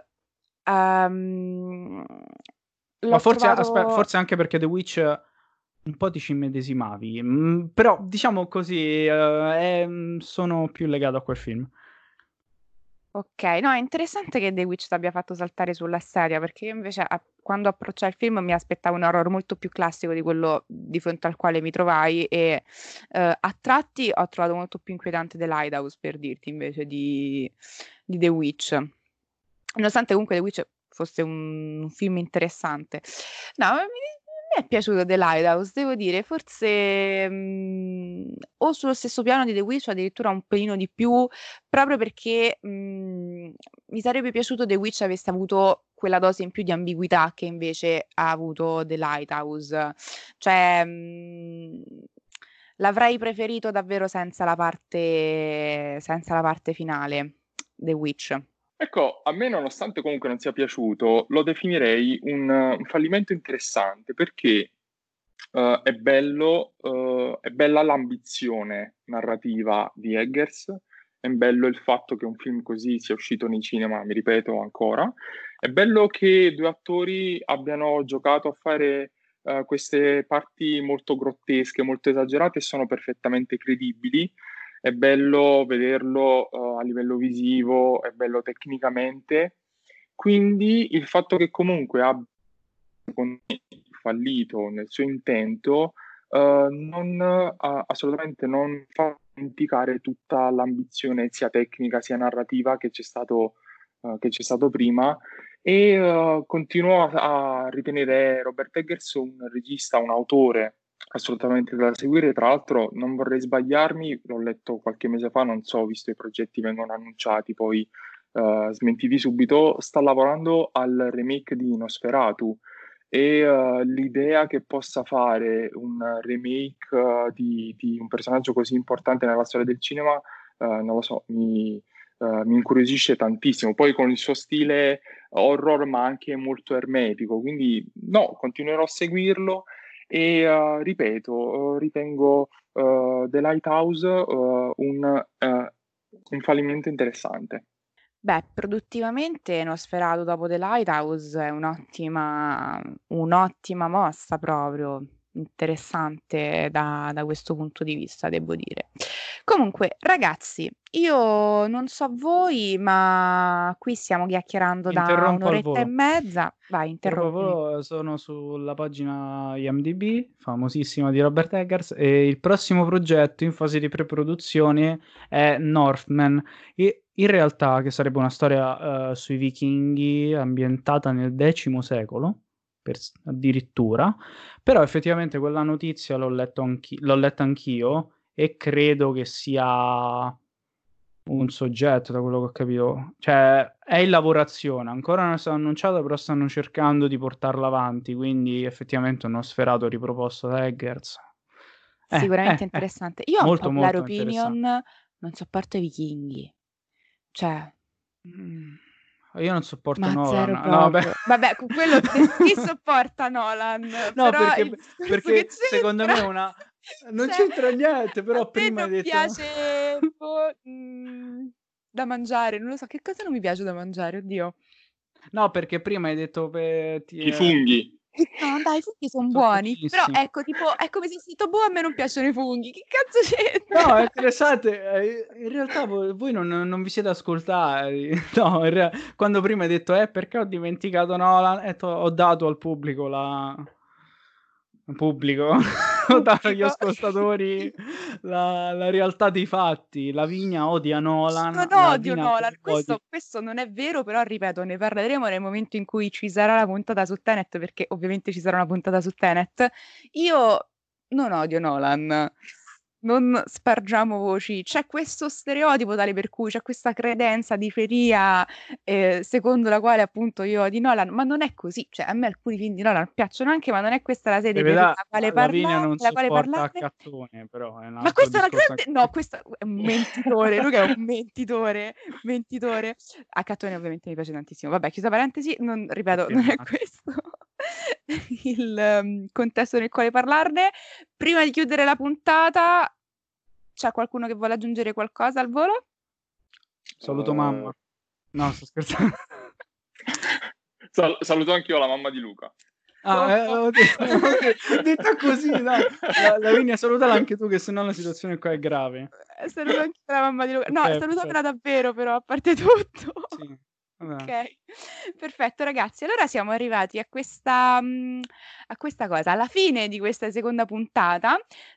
ehm, Ma l'ho forse, aspe- trovato... forse anche perché The Witch un po' ti ci immedesimavi, mm, però diciamo così, eh, è- mm, sono più legato a quel film. Ok, no, è interessante che The Witch ti abbia fatto saltare sulla sedia, perché io invece a- quando approcciai il film mi aspettavo un horror molto più classico di quello di fronte al quale mi trovai e eh, a tratti ho trovato molto più inquietante The Lighthouse, per dirti, invece di, di The Witch. Nonostante comunque The Witch fosse un, un film interessante. No, mi, mi è piaciuto The Lighthouse, devo dire, forse mh, o sullo stesso piano di The Witch o addirittura un pelino di più, proprio perché mh, mi sarebbe piaciuto The Witch avesse avuto quella dose in più di ambiguità che invece ha avuto The Lighthouse. Cioè, mh, l'avrei preferito davvero senza la parte, senza la parte finale, The Witch. Ecco, a me nonostante comunque non sia piaciuto, lo definirei un, un fallimento interessante perché eh, è bello, eh, è bella l'ambizione narrativa di Eggers, è bello il fatto che un film così sia uscito nei cinema, mi ripeto ancora, è bello che due attori abbiano giocato a fare eh, queste parti molto grottesche, molto esagerate e sono perfettamente credibili. È bello vederlo uh, a livello visivo, è bello tecnicamente. Quindi il fatto che comunque abbia fallito nel suo intento uh, non, uh, assolutamente non fa dimenticare tutta l'ambizione sia tecnica sia narrativa che c'è stato, uh, che c'è stato prima e uh, continuo a, a ritenere Robert Eggers un regista, un autore assolutamente da seguire. Tra l'altro, non vorrei sbagliarmi, l'ho letto qualche mese fa, non so, visto i progetti vengono annunciati, poi uh, smentiti subito. Sta lavorando al remake di Nosferatu e uh, l'idea che possa fare un remake uh, di, di un personaggio così importante nella storia del cinema, uh, non lo so, mi, uh, mi incuriosisce tantissimo. Poi con il suo stile horror, ma anche molto ermetico, quindi no, continuerò a seguirlo e uh, ripeto, uh, ritengo uh, The Lighthouse uh, un, uh, un fallimento interessante. Beh, produttivamente Nosferatu dopo The Lighthouse è un'ottima, un'ottima mossa proprio, interessante da, da questo punto di vista, devo dire. Comunque, ragazzi, io non so voi, ma qui stiamo chiacchierando da Interrompo al un'oretta e volo. mezza. Vai, Interrompo al interrompimi. volo, sono sulla pagina I M D B, famosissima di Robert Eggers, e il prossimo progetto in fase di pre-produzione è Northman. E in realtà, che sarebbe una storia eh, sui vichinghi ambientata nel X secolo, per- addirittura, però effettivamente quella notizia l'ho letto anchi- l'ho letta anch'io e credo che sia un soggetto, da quello che ho capito. Cioè, è in lavorazione, ancora non è stata annunciata, però stanno cercando di portarla avanti, quindi effettivamente uno sferato riproposto da Eggers. Eh, Sicuramente eh, eh, interessante. Io ho un molto popular molto opinion, interessante. non sopporto i vichinghi. Cioè, Mm, io non sopporto ma Nolan. zero No, vabbè. proprio. Vabbè, con quello de- chi sopporta Nolan? No, Però perché, il discorso che perché secondo c'entra, me una... Non cioè, c'entra niente, a però me prima hai non detto... piace boh, mm, da mangiare, non lo so, che cosa non mi piace da mangiare, oddio. No, perché prima hai detto... per- ti, I eh, funghi. No, dai, i funghi sono sono buoni, però buonissimi. ecco, tipo, è come se sito boh, a me non piacciono i funghi, che cazzo No, è c'entra? interessante. eh, In realtà voi, voi non, non vi siete ascoltati. No, in rea- quando prima hai detto, eh, perché ho dimenticato Nolan, e to- ho dato al pubblico la... Pubblico, ho dato agli Pubblico. ascoltatori la, la realtà dei fatti. Lavinia odia Nolan, Non odio Lavinia Nolan, odia... questo, questo non è vero, però ripeto, ne parleremo nel momento in cui ci sarà la puntata su Tenet, perché ovviamente ci sarà una puntata su Tenet. Io non odio Nolan, non spargiamo voci. C'è questo stereotipo tale per cui c'è questa credenza di feria eh, secondo la quale appunto io odio Nolan, ma non è così. Cioè, a me alcuni film di Nolan piacciono anche, ma non è questa la sede In per verità, la la- quale Lavinia parla- non la quale sopporta parlare. Accattone, però è un Ma altro questa è una discorso. grande... No, questo è un mentitore, lui è un mentitore, mentitore. A Cattone ovviamente mi piace tantissimo. Vabbè, chiusa parentesi, non, Che ripeto, non è filmaccio. questo il um, contesto nel quale parlarne. Prima di chiudere la puntata, c'è qualcuno che vuole aggiungere qualcosa al volo? Saluto Uh, mamma. No, sto scherzando. Sal- saluto anch'io la mamma di Luca. Ah, eh, ho detto, ho detto- ho detto così, no. La, Lavinia, salutala anche tu, che sennò la situazione qua è grave. Eh, Saluto anche la mamma di Luca. Ok, No, perfetto. salutamela davvero, però, a parte tutto. Sì, vabbè. Ok, perfetto ragazzi. Allora siamo arrivati a questa, mm, a questa cosa, alla fine di questa seconda puntata.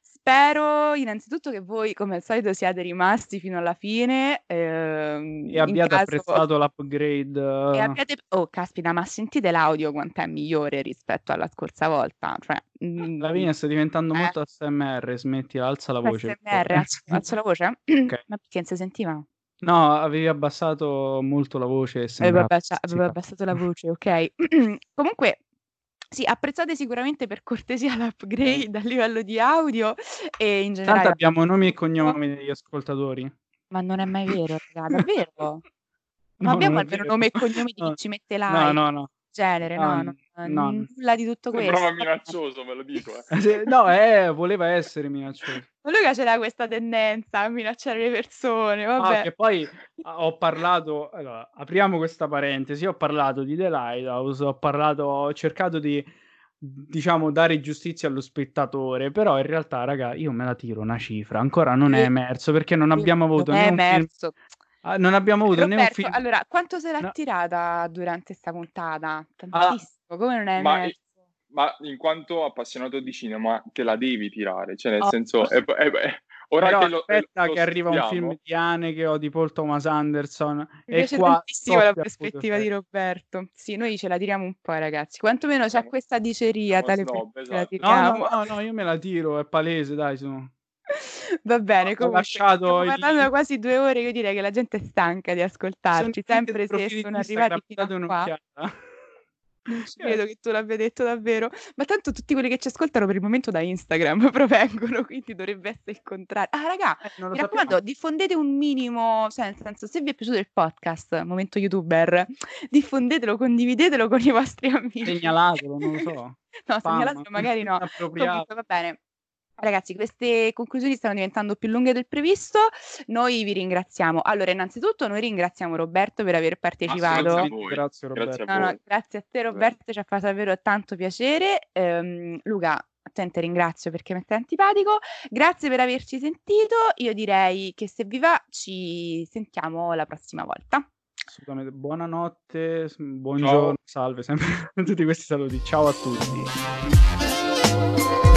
Spero innanzitutto che voi, come al solito, siate rimasti fino alla fine. ehm, E in abbiate caso apprezzato l'upgrade. e eh. abbiate... Oh, caspita, ma sentite l'audio quanto è migliore rispetto alla scorsa volta? Cioè, mm, Lavinia sta diventando eh, molto A S M R, smetti, alza la voce, per S M R, favore. alzo, alzo la voce? Ok. Ma perché non si sentiva? No, avevi abbassato molto la voce e Avevo, sembrava abbassa- si avevo fa- abbassato la voce, ok. Comunque, sì, apprezzate sicuramente per cortesia l'upgrade a livello di audio e in Tanto generale abbiamo nomi e appunto- cognomi degli ascoltatori. ma non è mai vero, raga, davvero? Ma No, non abbiamo è almeno vero. nome e cognome di chi No, ci mette no, like, no, no. genere, No, no, no, n- no, no. nulla di tutto Sembrava questo. Va bene. minaccioso, ve lo dico. Eh. Eh, se- no, eh, voleva essere minaccioso. Ma Luca c'era questa tendenza a minacciare le persone, Ah, vabbè. che poi ah, ho parlato, allora, apriamo questa parentesi, ho parlato di The Lighthouse, ho parlato, ho cercato di, diciamo, dare giustizia allo spettatore, però in realtà, raga, io me la tiro una cifra, ancora non è E, emerso, perché non e abbiamo non avuto né è un film, emerso. ah, non abbiamo avuto né un Roberto, film, allora, quanto se l'ha no, tirata durante sta puntata? ah, Tantissimo, come non è Ma, emerso? ma in quanto appassionato di cinema, te la devi tirare. Cioè, nel Oh, senso, è- è- è- ora però che lo, eh, aspetta lo che arriva un film studiamo, di Haneke o di Paul Thomas Anderson, mi e piace qua tantissimo la soffia il potere. prospettiva di Roberto. Sì, noi ce la tiriamo un po', ragazzi. Quantomeno c'è siamo, questa diceria, siamo tale per snob, cui ce la esatto. No, no, tiriamo. no, no, io me la tiro, è palese, dai, su. Va bene, Ho comunque, lasciato stiamo il parlando da link. quasi due ore, io direi che la gente è stanca di Ci sono i ascoltarci, link dei sempre se profili sono di Instagram, arrivati fino a date qua. un'occhiata. Non ci Eh, credo che tu l'abbia detto davvero, ma tanto tutti quelli che ci ascoltano per il momento da Instagram provengono, quindi dovrebbe essere il contrario. Ah, raga, eh, non lo mi sappiamo. raccomando, diffondete un minimo, cioè nel senso, se vi è piaciuto il podcast, momento youtuber, diffondetelo, condividetelo con i vostri amici. Segnalatelo, non lo so. No, Spam, segnalatelo magari no. inappropriato. Comunque va bene. Ragazzi, queste conclusioni stanno diventando più lunghe del previsto. Noi vi ringraziamo. Allora, innanzitutto, noi ringraziamo Roberto per aver partecipato. Grazie a voi. Grazie, Roberto. Grazie a No, no, voi. grazie a te, Roberto, ci ha fatto davvero tanto piacere. Ehm, Luca, a te te ringrazio perché mi stai antipatico. Grazie per averci sentito. Io direi che se vi va, ci sentiamo la prossima volta. Assolutamente. Buonanotte, s- buongiorno, Ciao. salve, sempre tutti questi saluti. Ciao a tutti.